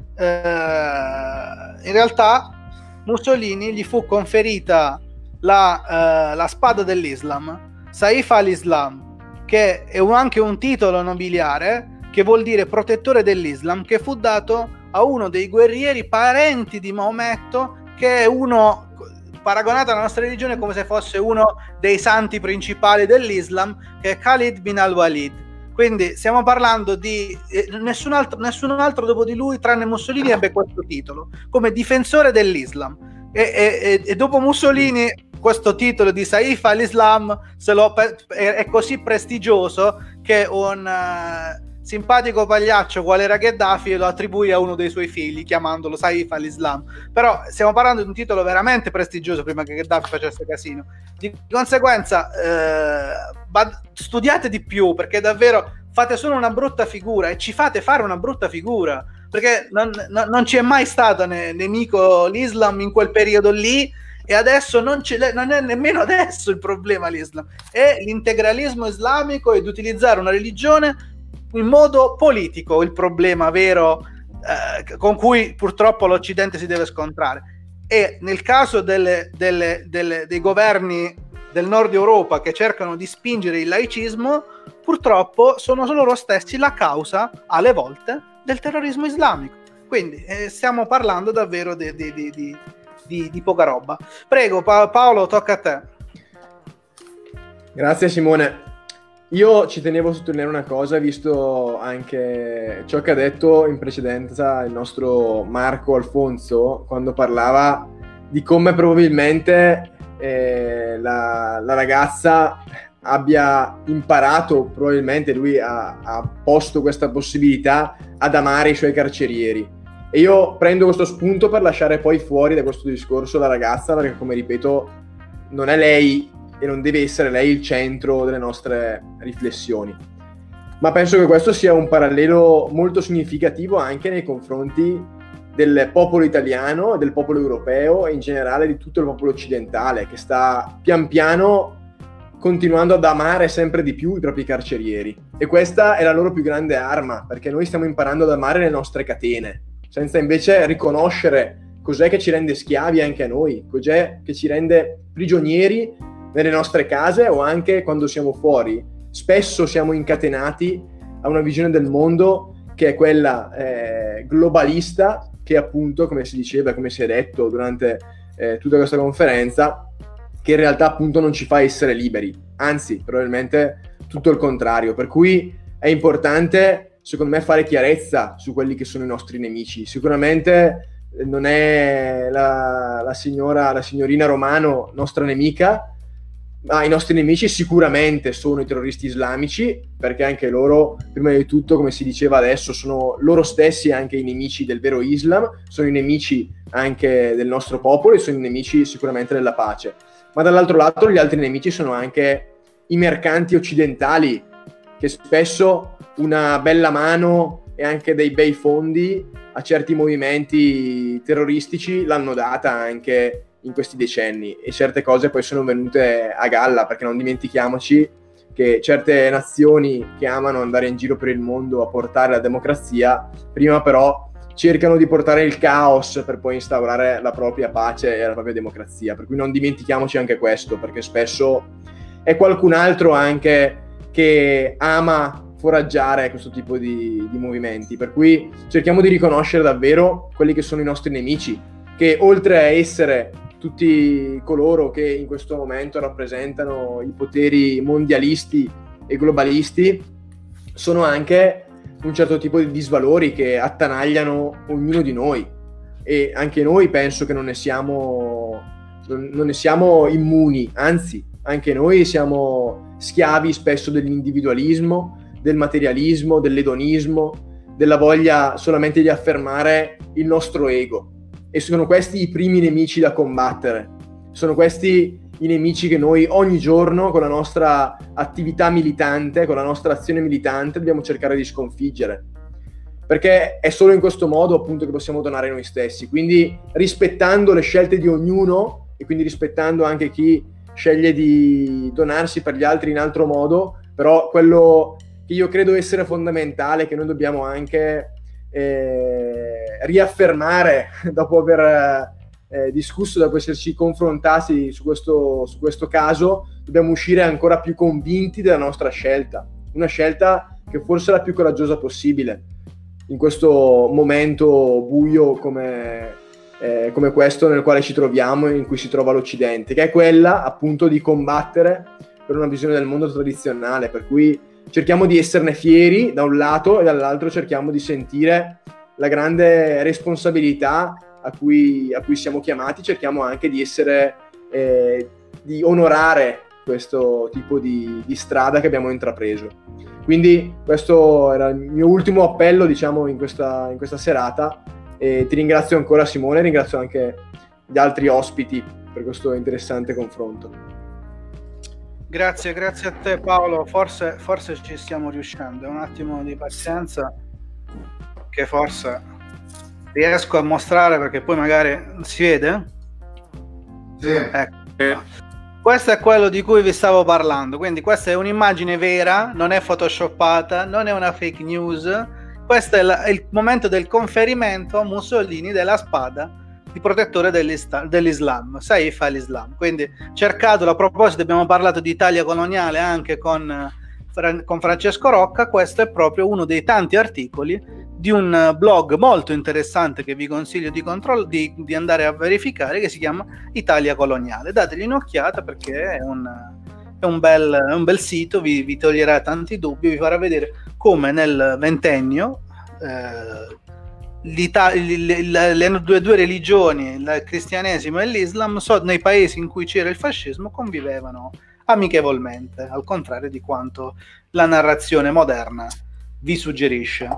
eh, in realtà Mussolini gli fu conferita la, eh, la spada dell'Islam, Saif al-Islam, che è un, anche un titolo nobiliare che vuol dire protettore dell'Islam, che fu dato a uno dei guerrieri parenti di Maometto, che è uno paragonato alla nostra religione come se fosse uno dei santi principali dell'Islam, che è Khalid bin al-Walid. Quindi stiamo parlando di eh, nessun, altro, nessun altro dopo di lui tranne Mussolini ebbe questo titolo come difensore dell'Islam, e, e, e dopo Mussolini questo titolo di Saif al-Islam se lo, è, è così prestigioso che un uh, simpatico pagliaccio quale era Gheddafi lo attribuì a uno dei suoi figli chiamandolo Saif al-Islam. Però stiamo parlando di un titolo veramente prestigioso prima che Gheddafi facesse casino. Di conseguenza eh, studiate di più, perché davvero fate solo una brutta figura e ci fate fare una brutta figura, perché non, non, non ci è mai stato ne, nemico l'Islam in quel periodo lì, e adesso non, ce non è nemmeno adesso il problema l'Islam, è l'integralismo islamico ed utilizzare una religione in modo politico il problema vero eh, con cui purtroppo l'Occidente si deve scontrare. E nel caso delle, delle, delle, dei governi del nord Europa che cercano di spingere il laicismo, purtroppo sono solo loro stessi la causa alle volte del terrorismo islamico. Quindi eh, stiamo parlando davvero di, di, di, di, di, di poca roba. Prego pa- Paolo, tocca a te. Grazie Simone. Io ci tenevo a sottolineare una cosa, visto anche ciò che ha detto in precedenza il nostro Marco Alfonso quando parlava di come probabilmente eh, la, la ragazza abbia imparato, probabilmente lui ha, ha posto questa possibilità ad amare i suoi carcerieri. E io prendo questo spunto per lasciare poi fuori da questo discorso la ragazza, perché come ripeto non è lei e non deve essere lei il centro delle nostre riflessioni, ma penso che questo sia un parallelo molto significativo anche nei confronti del popolo italiano, del popolo europeo e in generale di tutto il popolo occidentale, che sta pian piano continuando ad amare sempre di più i propri carcerieri, e questa è la loro più grande arma, perché noi stiamo imparando ad amare le nostre catene senza invece riconoscere cos'è che ci rende schiavi anche a noi, cos'è che ci rende prigionieri nelle nostre case o anche quando siamo fuori. Spesso siamo incatenati a una visione del mondo che è quella eh, globalista, che appunto, come si diceva, come si è detto durante eh, tutta questa conferenza, che in realtà appunto non ci fa essere liberi, anzi probabilmente tutto il contrario. Per cui è importante secondo me fare chiarezza su quelli che sono i nostri nemici. Sicuramente non è la, la signora, la signorina Romano nostra nemica, ma i nostri nemici sicuramente sono i terroristi islamici, perché anche loro, prima di tutto, come si diceva adesso, sono loro stessi anche i nemici del vero Islam, sono i nemici anche del nostro popolo e sono i nemici sicuramente della pace. Ma dall'altro lato gli altri nemici sono anche i mercanti occidentali, che spesso una bella mano e anche dei bei fondi a certi movimenti terroristici l'hanno data anche in questi decenni, e certe cose poi sono venute a galla, perché non dimentichiamoci che certe nazioni che amano andare in giro per il mondo a portare la democrazia, prima però cercano di portare il caos per poi instaurare la propria pace e la propria democrazia. Per cui non dimentichiamoci anche questo, perché spesso è qualcun altro anche che ama foraggiare questo tipo di, di movimenti. Per cui cerchiamo di riconoscere davvero quelli che sono i nostri nemici, che oltre a essere tutti coloro che in questo momento rappresentano i poteri mondialisti e globalisti, sono anche un certo tipo di disvalori che attanagliano ognuno di noi, e anche noi penso che non ne siamo non, non ne siamo immuni, anzi anche noi siamo schiavi spesso dell'individualismo, del materialismo, dell'edonismo, della voglia solamente di affermare il nostro ego. E sono questi i primi nemici da combattere, sono questi i nemici che noi ogni giorno con la nostra attività militante, con la nostra azione militante dobbiamo cercare di sconfiggere, perché è solo in questo modo appunto che possiamo donare noi stessi, quindi rispettando le scelte di ognuno e quindi rispettando anche chi sceglie di donarsi per gli altri in altro modo. Però quello che io credo essere fondamentale, che noi dobbiamo anche Eh, riaffermare dopo aver eh, discusso, dopo esserci confrontati su questo, su questo caso, dobbiamo uscire ancora più convinti della nostra scelta, una scelta che forse è la più coraggiosa possibile in questo momento buio come, eh, come questo nel quale ci troviamo, in cui si trova l'Occidente, che è quella appunto di combattere per una visione del mondo tradizionale. Per cui cerchiamo di esserne fieri da un lato e dall'altro cerchiamo di sentire la grande responsabilità a cui, a cui siamo chiamati. Cerchiamo anche di essere eh, di onorare questo tipo di, di strada che abbiamo intrapreso. Quindi questo era il mio ultimo appello, diciamo, in questa, in questa serata, e ti ringrazio ancora, Simone, ringrazio anche gli altri ospiti per questo interessante confronto. Grazie, grazie a te Paolo, forse, forse ci stiamo riuscendo, è un attimo di pazienza che forse riesco a mostrare, perché poi magari si vede? Sì. Ecco. Questo è quello di cui vi stavo parlando, quindi questa è un'immagine vera, non è photoshoppata, non è una fake news, questo è, la, è il momento del conferimento a Mussolini della spada di protettore dell'Islam, Saif al-Islam. Quindi cercatelo. A proposito, abbiamo parlato di Italia coloniale anche con, con Francesco Rocca, questo è proprio uno dei tanti articoli di un blog molto interessante che vi consiglio di, controll- di, di andare a verificare, che si chiama Italia Coloniale. Dategli un'occhiata perché è un, è un, bel, è un bel sito, vi, vi toglierà tanti dubbi, vi farà vedere come nel ventennio eh, le, le, le due, due religioni, il cristianesimo e l'Islam, so, nei paesi in cui c'era il fascismo, convivevano amichevolmente, al contrario di quanto la narrazione moderna vi suggerisce.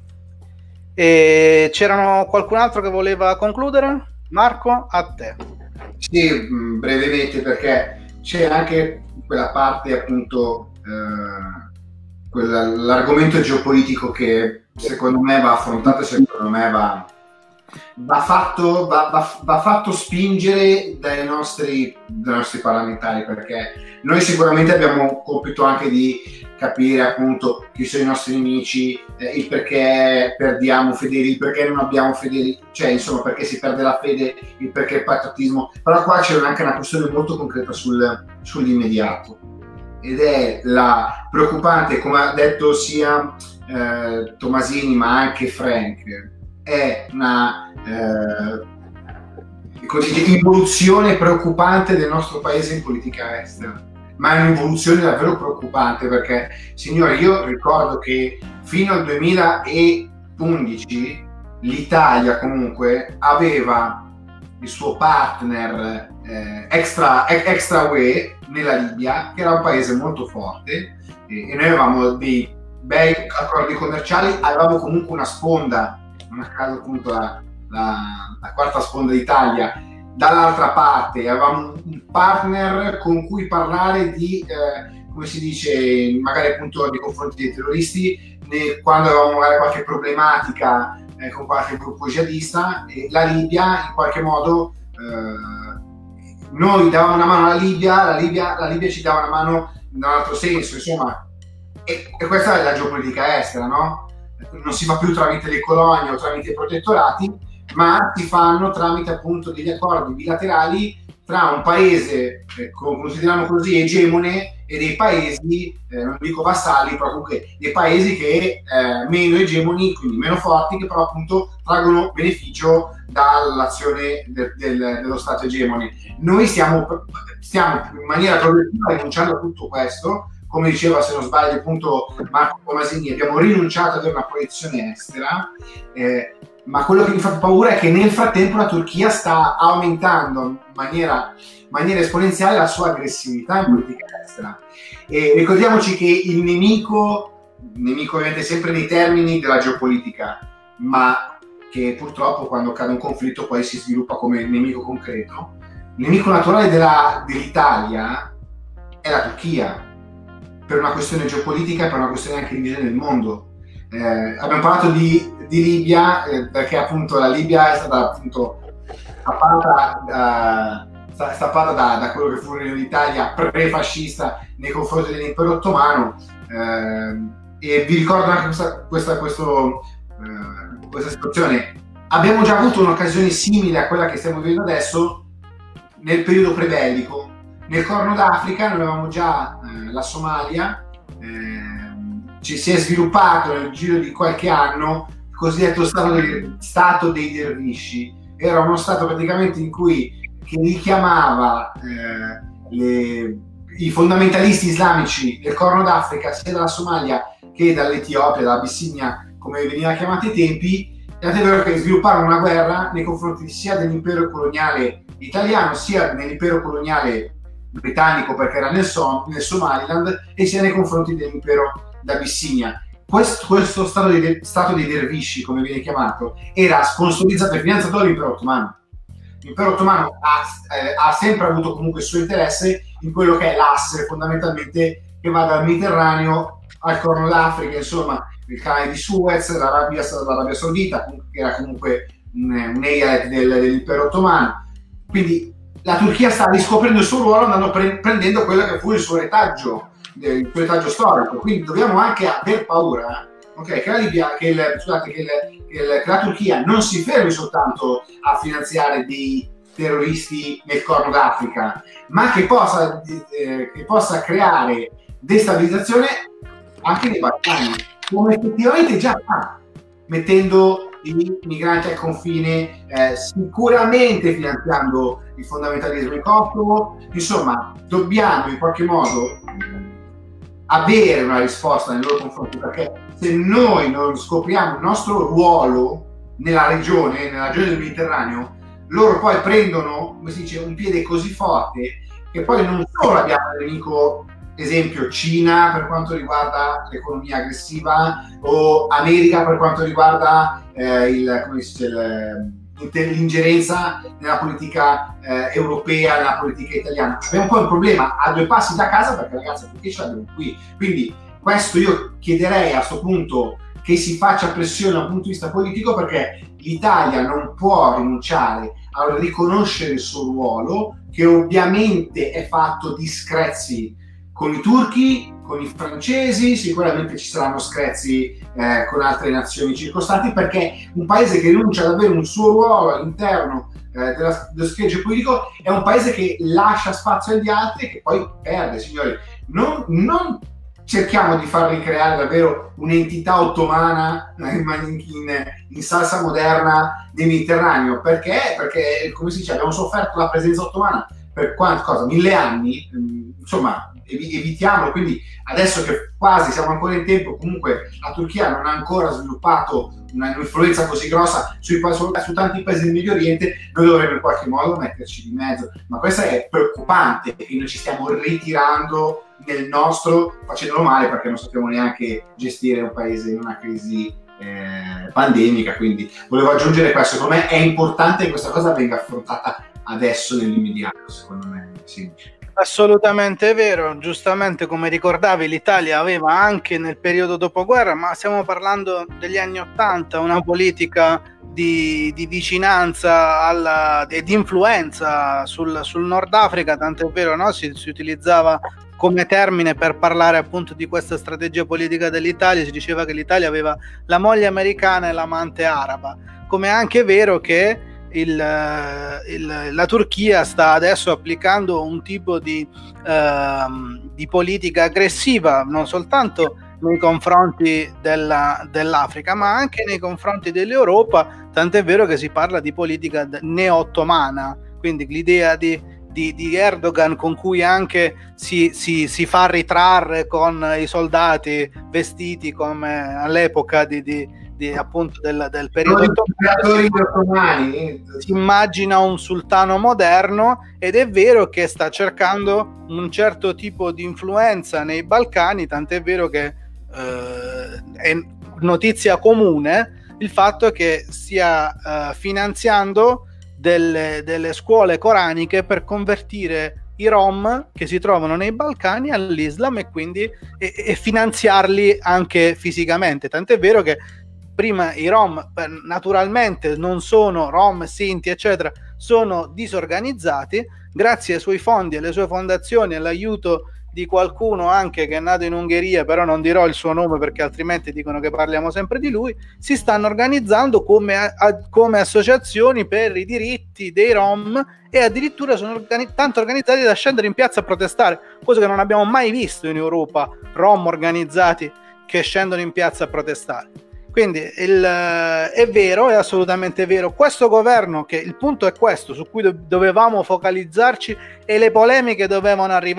E c'erano qualcun altro che voleva concludere? Marco, a te. Sì, brevemente, perché c'è anche quella parte, appunto, eh, quella, l'argomento geopolitico che secondo me va affrontato, secondo me va, va, fatto, va, va, va fatto spingere dai nostri, dai nostri parlamentari, perché noi sicuramente abbiamo un compito anche di capire appunto chi sono i nostri nemici, eh, il perché perdiamo fedeli, il perché non abbiamo fedeli, cioè insomma perché si perde la fede, il perché il patriottismo, però qua c'è anche una questione molto concreta sul, sull'immediato, ed è la preoccupante, come ha detto sia eh, Tomasini ma anche Frank, è una eh, così, involuzione preoccupante del nostro paese in politica estera. Ma è un'evoluzione davvero preoccupante, perché, signori, io ricordo che fino al duemilaundici l'Italia comunque aveva il suo partner eh, extra, extra U E nella Libia, che era un paese molto forte, e, e noi avevamo dei bei accordi commerciali, avevamo comunque una sponda, non a caso appunto la, la, la quarta sponda d'Italia. Dall'altra parte avevamo un partner con cui parlare di, eh, come si dice, magari appunto nei confronti dei terroristi, né, quando avevamo magari qualche problematica eh, con qualche gruppo jihadista, e la Libia in qualche modo, eh, noi davamo una mano alla Libia, la Libia, la Libia ci dava una mano in un altro senso, insomma, e, e questa è la geopolitica estera, no? Non si fa più tramite le colonie o tramite i protettorati, ma si fanno tramite appunto degli accordi bilaterali tra un paese, eh, consideriamo così, egemone, e dei paesi, eh, non dico vassalli, però comunque dei paesi che eh, meno egemoni, quindi meno forti, che però appunto traggono beneficio dall'azione de- del- dello Stato egemone. Noi stiamo, stiamo in maniera progressiva rinunciando a tutto questo, come diceva, se non sbaglio, appunto Marco Tomasini, abbiamo rinunciato ad avere una posizione estera, eh, ma quello che mi fa paura è che nel frattempo la Turchia sta aumentando in maniera, maniera esponenziale la sua aggressività in politica estera. E ricordiamoci che il nemico, nemico ovviamente sempre nei termini della geopolitica, ma che purtroppo quando cade un conflitto poi si sviluppa come nemico concreto, il nemico naturale della, dell'Italia è la Turchia, per una questione geopolitica e per una questione anche di visione del mondo. Eh, abbiamo parlato di, di Libia eh, perché appunto la Libia è stata appunto stappata, uh, stappata da, da quello che fu il Regno d'Italia pre-fascista nei confronti dell'impero ottomano, eh, e vi ricordo anche questa, questa, questo, uh, questa situazione. Abbiamo già avuto un'occasione simile a quella che stiamo vivendo adesso nel periodo prebellico. Nel Corno d'Africa noi avevamo già eh, la Somalia, eh, ci si è sviluppato nel giro di qualche anno il cosiddetto stato dei, stato dei dervisci. Era uno stato praticamente in cui che richiamava eh, le, i fondamentalisti islamici del Corno d'Africa, sia dalla Somalia che dall'Etiopia, dall'Abissinia, come veniva chiamato ai tempi, tant'è vero che svilupparono una guerra nei confronti sia dell'impero coloniale italiano sia dell'impero coloniale britannico perché era nel, Som- nel Somaliland, e sia nei confronti dell'impero d'Abissinia. Questo, questo stato, di, stato dei dervisci, come viene chiamato, era sponsorizzato e finanziato dall'impero ottomano. L'impero ottomano ha, eh, ha sempre avuto comunque il suo interesse in quello che è l'asse fondamentalmente che va dal Mediterraneo al Corno d'Africa, insomma il canale di Suez, l'Arabia, l'Arabia Saudita, che era comunque un'area del, dell'impero ottomano. Quindi la Turchia sta riscoprendo il suo ruolo, andando pre- prendendo quello che fu il suo retaggio, il suo retaggio storico. Quindi dobbiamo anche aver paura, okay, che la Libia, che, il, scusate, che, il, che, il, che la Turchia non si fermi soltanto a finanziare dei terroristi nel Corno d'Africa, ma che possa, eh, che possa creare destabilizzazione anche nei Balcani, come effettivamente già fa, mettendo i migranti al confine, eh, sicuramente finanziando il fondamentalismo in Kosovo. Insomma, dobbiamo in qualche modo avere una risposta nei loro confronti, perché se noi non scopriamo il nostro ruolo nella regione, nella regione del Mediterraneo, loro poi prendono, come si dice, un piede così forte che poi non solo abbiamo il nemico, esempio Cina per quanto riguarda l'economia aggressiva, o America per quanto riguarda eh, il, come si dice, il, l'ingerenza nella politica eh, europea, nella politica italiana. Abbiamo poi un problema a due passi da casa, perché ragazzi, perché ce l'abbiamo qui? Quindi questo io chiederei a questo punto che si faccia pressione dal punto di vista politico, perché l'Italia non può rinunciare a riconoscere il suo ruolo, che ovviamente è fatto di screzi con i turchi, con i francesi, sicuramente ci saranno screzi eh, con altre nazioni circostanti, perché un paese che rinuncia ad avere un suo ruolo all'interno eh, della, dello schieggio politico è un paese che lascia spazio agli altri e che poi perde, signori. Non, non cerchiamo di far ricreare davvero un'entità ottomana in, in, in salsa moderna nel Mediterraneo, perché? Perché, come si dice, abbiamo sofferto la presenza ottomana per quanto, cosa, mille anni, insomma, evitiamolo. Quindi adesso che quasi siamo ancora in tempo, comunque la Turchia non ha ancora sviluppato una influenza così grossa sui, su, su tanti paesi del Medio Oriente, noi dovremmo in qualche modo metterci di mezzo. Ma questo è preoccupante, perché noi ci stiamo ritirando nel nostro, facendolo male, perché non sappiamo neanche gestire un paese in una crisi eh, pandemica. Quindi volevo aggiungere questo. Secondo me è importante che questa cosa venga affrontata adesso nell'immediato, secondo me. Sì. Assolutamente vero, giustamente come ricordavi l'Italia aveva anche nel periodo dopoguerra, ma stiamo parlando degli anni Ottanta, una politica di, di vicinanza alla, e di influenza sul, sul Nord Africa, tant'è vero, no? si, si utilizzava come termine per parlare appunto di questa strategia politica dell'Italia, si diceva che l'Italia aveva la moglie americana e l'amante araba, come è anche vero che Il, il, la Turchia sta adesso applicando un tipo di, uh, di politica aggressiva non soltanto nei confronti della, dell'Africa, ma anche nei confronti dell'Europa, tant'è vero che si parla di politica neo-ottomana, quindi l'idea di, di, di Erdogan con cui anche si, si, si fa ritrarre con i soldati vestiti come all'epoca di, di Di, appunto del, del periodo ottomani, si immagina un sultano moderno, ed è vero che sta cercando un certo tipo di influenza nei Balcani, tant'è vero che eh, è notizia comune il fatto che stia eh, finanziando delle, delle scuole coraniche per convertire i Rom che si trovano nei Balcani all'Islam, e quindi e, e finanziarli anche fisicamente, tant'è vero che prima i Rom naturalmente non sono Rom, Sinti eccetera, sono disorganizzati, grazie ai suoi fondi, alle sue fondazioni, all'aiuto di qualcuno anche che è nato in Ungheria, però non dirò il suo nome perché altrimenti dicono che parliamo sempre di lui, si stanno organizzando come, a, come associazioni per i diritti dei Rom, e addirittura sono organi- tanto organizzati da scendere in piazza a protestare, cosa che non abbiamo mai visto in Europa, Rom organizzati che scendono in piazza a protestare. Quindi il, è vero, è assolutamente vero. Questo governo, che il punto è questo, su cui do- dovevamo focalizzarci, e le polemiche dovevano arrivare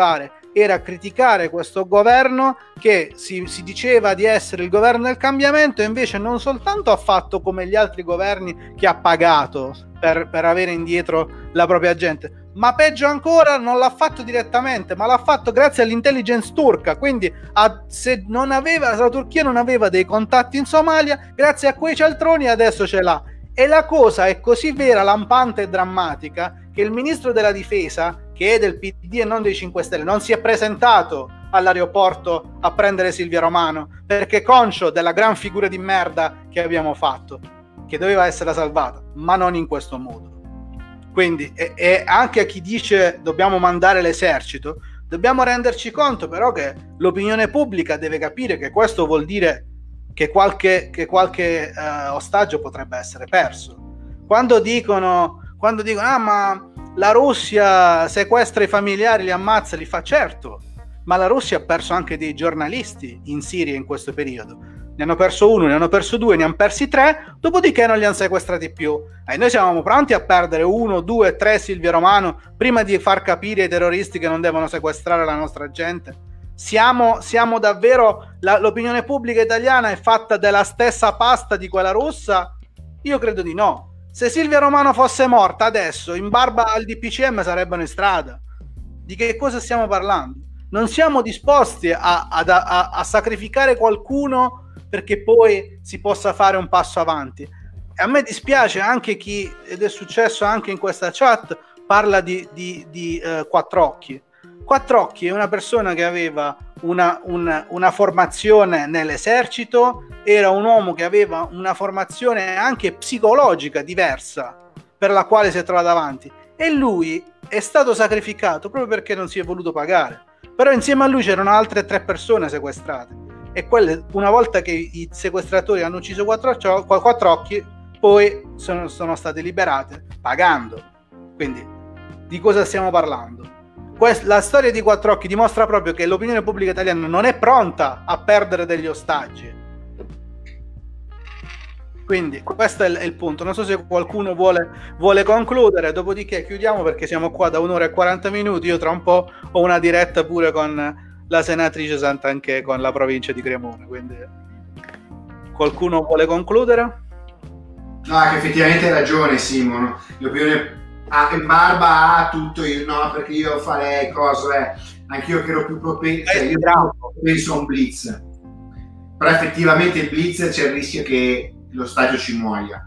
era criticare questo governo che si, si diceva di essere il governo del cambiamento, e invece non soltanto ha fatto come gli altri governi che ha pagato per, per avere indietro la propria gente, ma peggio ancora non l'ha fatto direttamente, ma l'ha fatto grazie all'intelligence turca. Quindi a, se, non aveva, se la Turchia non aveva dei contatti in Somalia, grazie a quei cialtroni adesso ce l'ha. E la cosa è così vera, lampante e drammatica, che il ministro della difesa, che è del P D e non dei cinque Stelle, non si è presentato all'aeroporto a prendere Silvia Romano, perché conscio della gran figura di merda che abbiamo fatto, che doveva essere salvata, ma non in questo modo. Quindi, e, e anche a chi dice dobbiamo mandare l'esercito, dobbiamo renderci conto però che l'opinione pubblica deve capire che questo vuol dire che qualche, che qualche eh, ostaggio potrebbe essere perso. Quando dicono, quando dicono ah ma la Russia sequestra i familiari, li ammazza, li fa, certo, ma la Russia ha perso anche dei giornalisti in Siria in questo periodo. Ne hanno perso uno, ne hanno perso due, ne hanno persi tre, dopodiché non li hanno sequestrati più. E noi siamo pronti a perdere uno, due, tre Silvia Romano prima di far capire ai terroristi che non devono sequestrare la nostra gente? Siamo, siamo davvero, la, l'opinione pubblica italiana è fatta della stessa pasta di quella russa? Io credo di no. Se Silvia Romano fosse morta adesso, in barba al D P C M sarebbero in strada. Di che cosa stiamo parlando? Non siamo disposti a, a, a, a sacrificare qualcuno perché poi si possa fare un passo avanti. E a me dispiace anche chi, ed è successo anche in questa chat, parla di, di, di uh, Quattrocchi. Quattrocchi è una persona che aveva una, una, una formazione nell'esercito, era un uomo che aveva una formazione anche psicologica diversa per la quale si è trovato avanti, e lui è stato sacrificato proprio perché non si è voluto pagare. Però insieme a lui c'erano altre tre persone sequestrate, e quelle, una volta che i sequestratori hanno ucciso Quattrocchi, poi sono, sono state liberate pagando. Quindi di cosa stiamo parlando? La storia di Quattrocchi dimostra proprio che l'opinione pubblica italiana non è pronta a perdere degli ostaggi. Quindi questo è il, è il punto. Non so se qualcuno vuole, vuole concludere, dopodiché chiudiamo perché siamo qua da un'ora e quaranta minuti. Io tra un po' ho una diretta pure con la senatrice Santanchè, con la provincia di Cremona. Quindi qualcuno vuole concludere? No, che effettivamente hai ragione Simon, l'opinione Ah, in barba a tutto, io no, perché io farei cose, eh. Anch'io che ero più propenso, cioè io penso a un blitz, però effettivamente il blitz c'è il rischio che lo stadio ci muoia,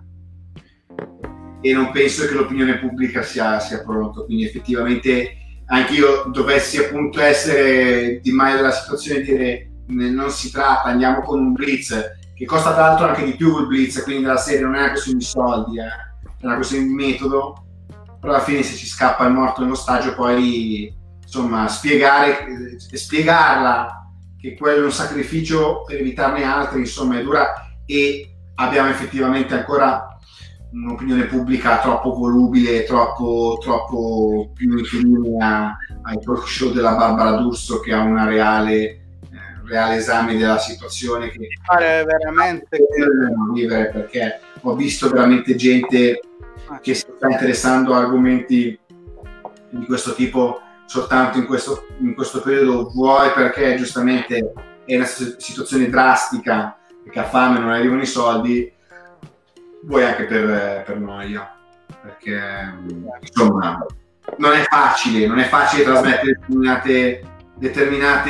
e non penso che l'opinione pubblica sia, sia pronto, quindi effettivamente anch'io dovessi appunto essere di mai della situazione e dire non si tratta, andiamo con un blitz, che costa tra l'altro anche di più il blitz, quindi della serie non è una questione di soldi, eh. È una questione di metodo. Però alla fine se ci scappa il morto nell'ostaggio, poi insomma spiegare eh, spiegarla che quello è un sacrificio per evitarne altri, insomma è dura, e abbiamo effettivamente ancora un'opinione pubblica troppo volubile, troppo, troppo più incline ai talk show della Barbara D'Urso che ha una reale, eh, reale esame della situazione che fare veramente vivere, perché ho visto veramente gente che si sta interessando a argomenti di questo tipo soltanto in questo, in questo periodo, vuoi perché giustamente è una situazione drastica perché ha fame, non arrivano i soldi, vuoi anche per, per noia, perché insomma non è facile, non è facile trasmettere determinate, determinate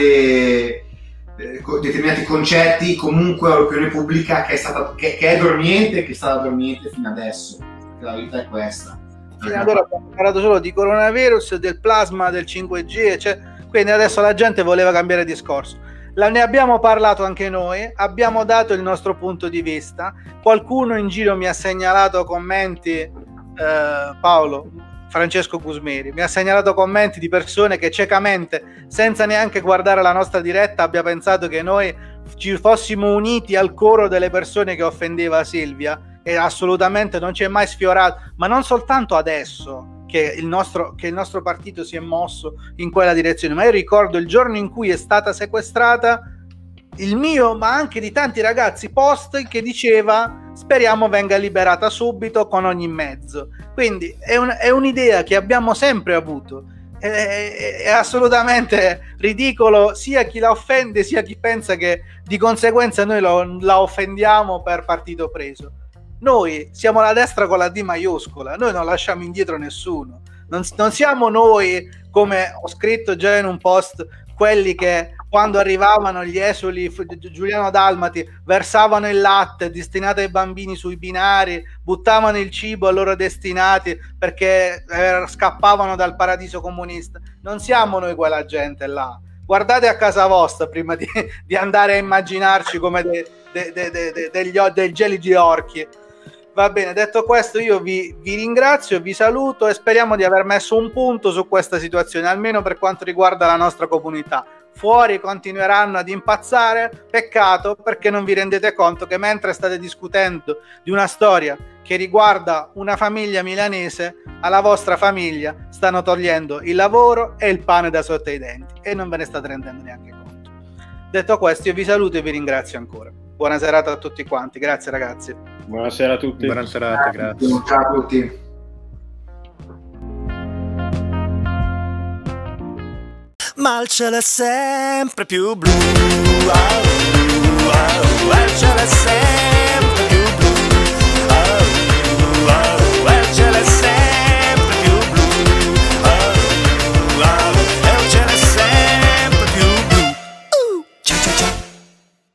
eh, determinati concetti comunque all'opinione pubblica che è stata che, che è dormiente, che è stata dormiente fino adesso. La verità è questa. Fino ad ora abbiamo parlato solo di coronavirus, del plasma, del cinque G, cioè, quindi adesso la gente voleva cambiare discorso. La, ne abbiamo parlato anche noi, abbiamo dato il nostro punto di vista. Qualcuno in giro mi ha segnalato commenti, eh, Paolo, Francesco Gusmeri, mi ha segnalato commenti di persone che ciecamente, senza neanche guardare la nostra diretta, abbia pensato che noi ci fossimo uniti al coro delle persone che offendeva Silvia. E assolutamente non ci è mai sfiorato, ma non soltanto adesso che il nostro, che il nostro partito si è mosso in quella direzione, ma io ricordo il giorno in cui è stata sequestrata, il mio ma anche di tanti ragazzi post che diceva speriamo venga liberata subito con ogni mezzo. Quindi è, un, è un'idea che abbiamo sempre avuto, è, è assolutamente ridicolo sia chi la offende sia chi pensa che di conseguenza noi lo, la offendiamo per partito preso. Noi siamo la destra con la D maiuscola, noi non lasciamo indietro nessuno, non, non siamo noi, come ho scritto già in un post, quelli che quando arrivavano gli esuli Giuliano Dalmati versavano il latte destinato ai bambini sui binari, buttavano il cibo a loro destinati perché eh, scappavano dal paradiso comunista. Non siamo noi quella gente là. Guardate a casa vostra prima di, di andare a immaginarci come de, de, de, de, de, degli, dei gelidi orchi. Va bene, detto questo io vi, vi ringrazio, vi saluto e speriamo di aver messo un punto su questa situazione, almeno per quanto riguarda la nostra comunità. Fuori continueranno ad impazzare, peccato perché non vi rendete conto che mentre state discutendo di una storia che riguarda una famiglia milanese, alla vostra famiglia stanno togliendo il lavoro e il pane da sotto i denti e non ve ne state rendendo neanche conto. Detto questo io vi saluto e vi ringrazio ancora. Buona serata a tutti quanti, grazie ragazzi. Buonasera a tutti. Buona serata, grazie. Ciao a tutti. Ma il cielo è sempre più blu, wow, wow, wow, il cielo è sempre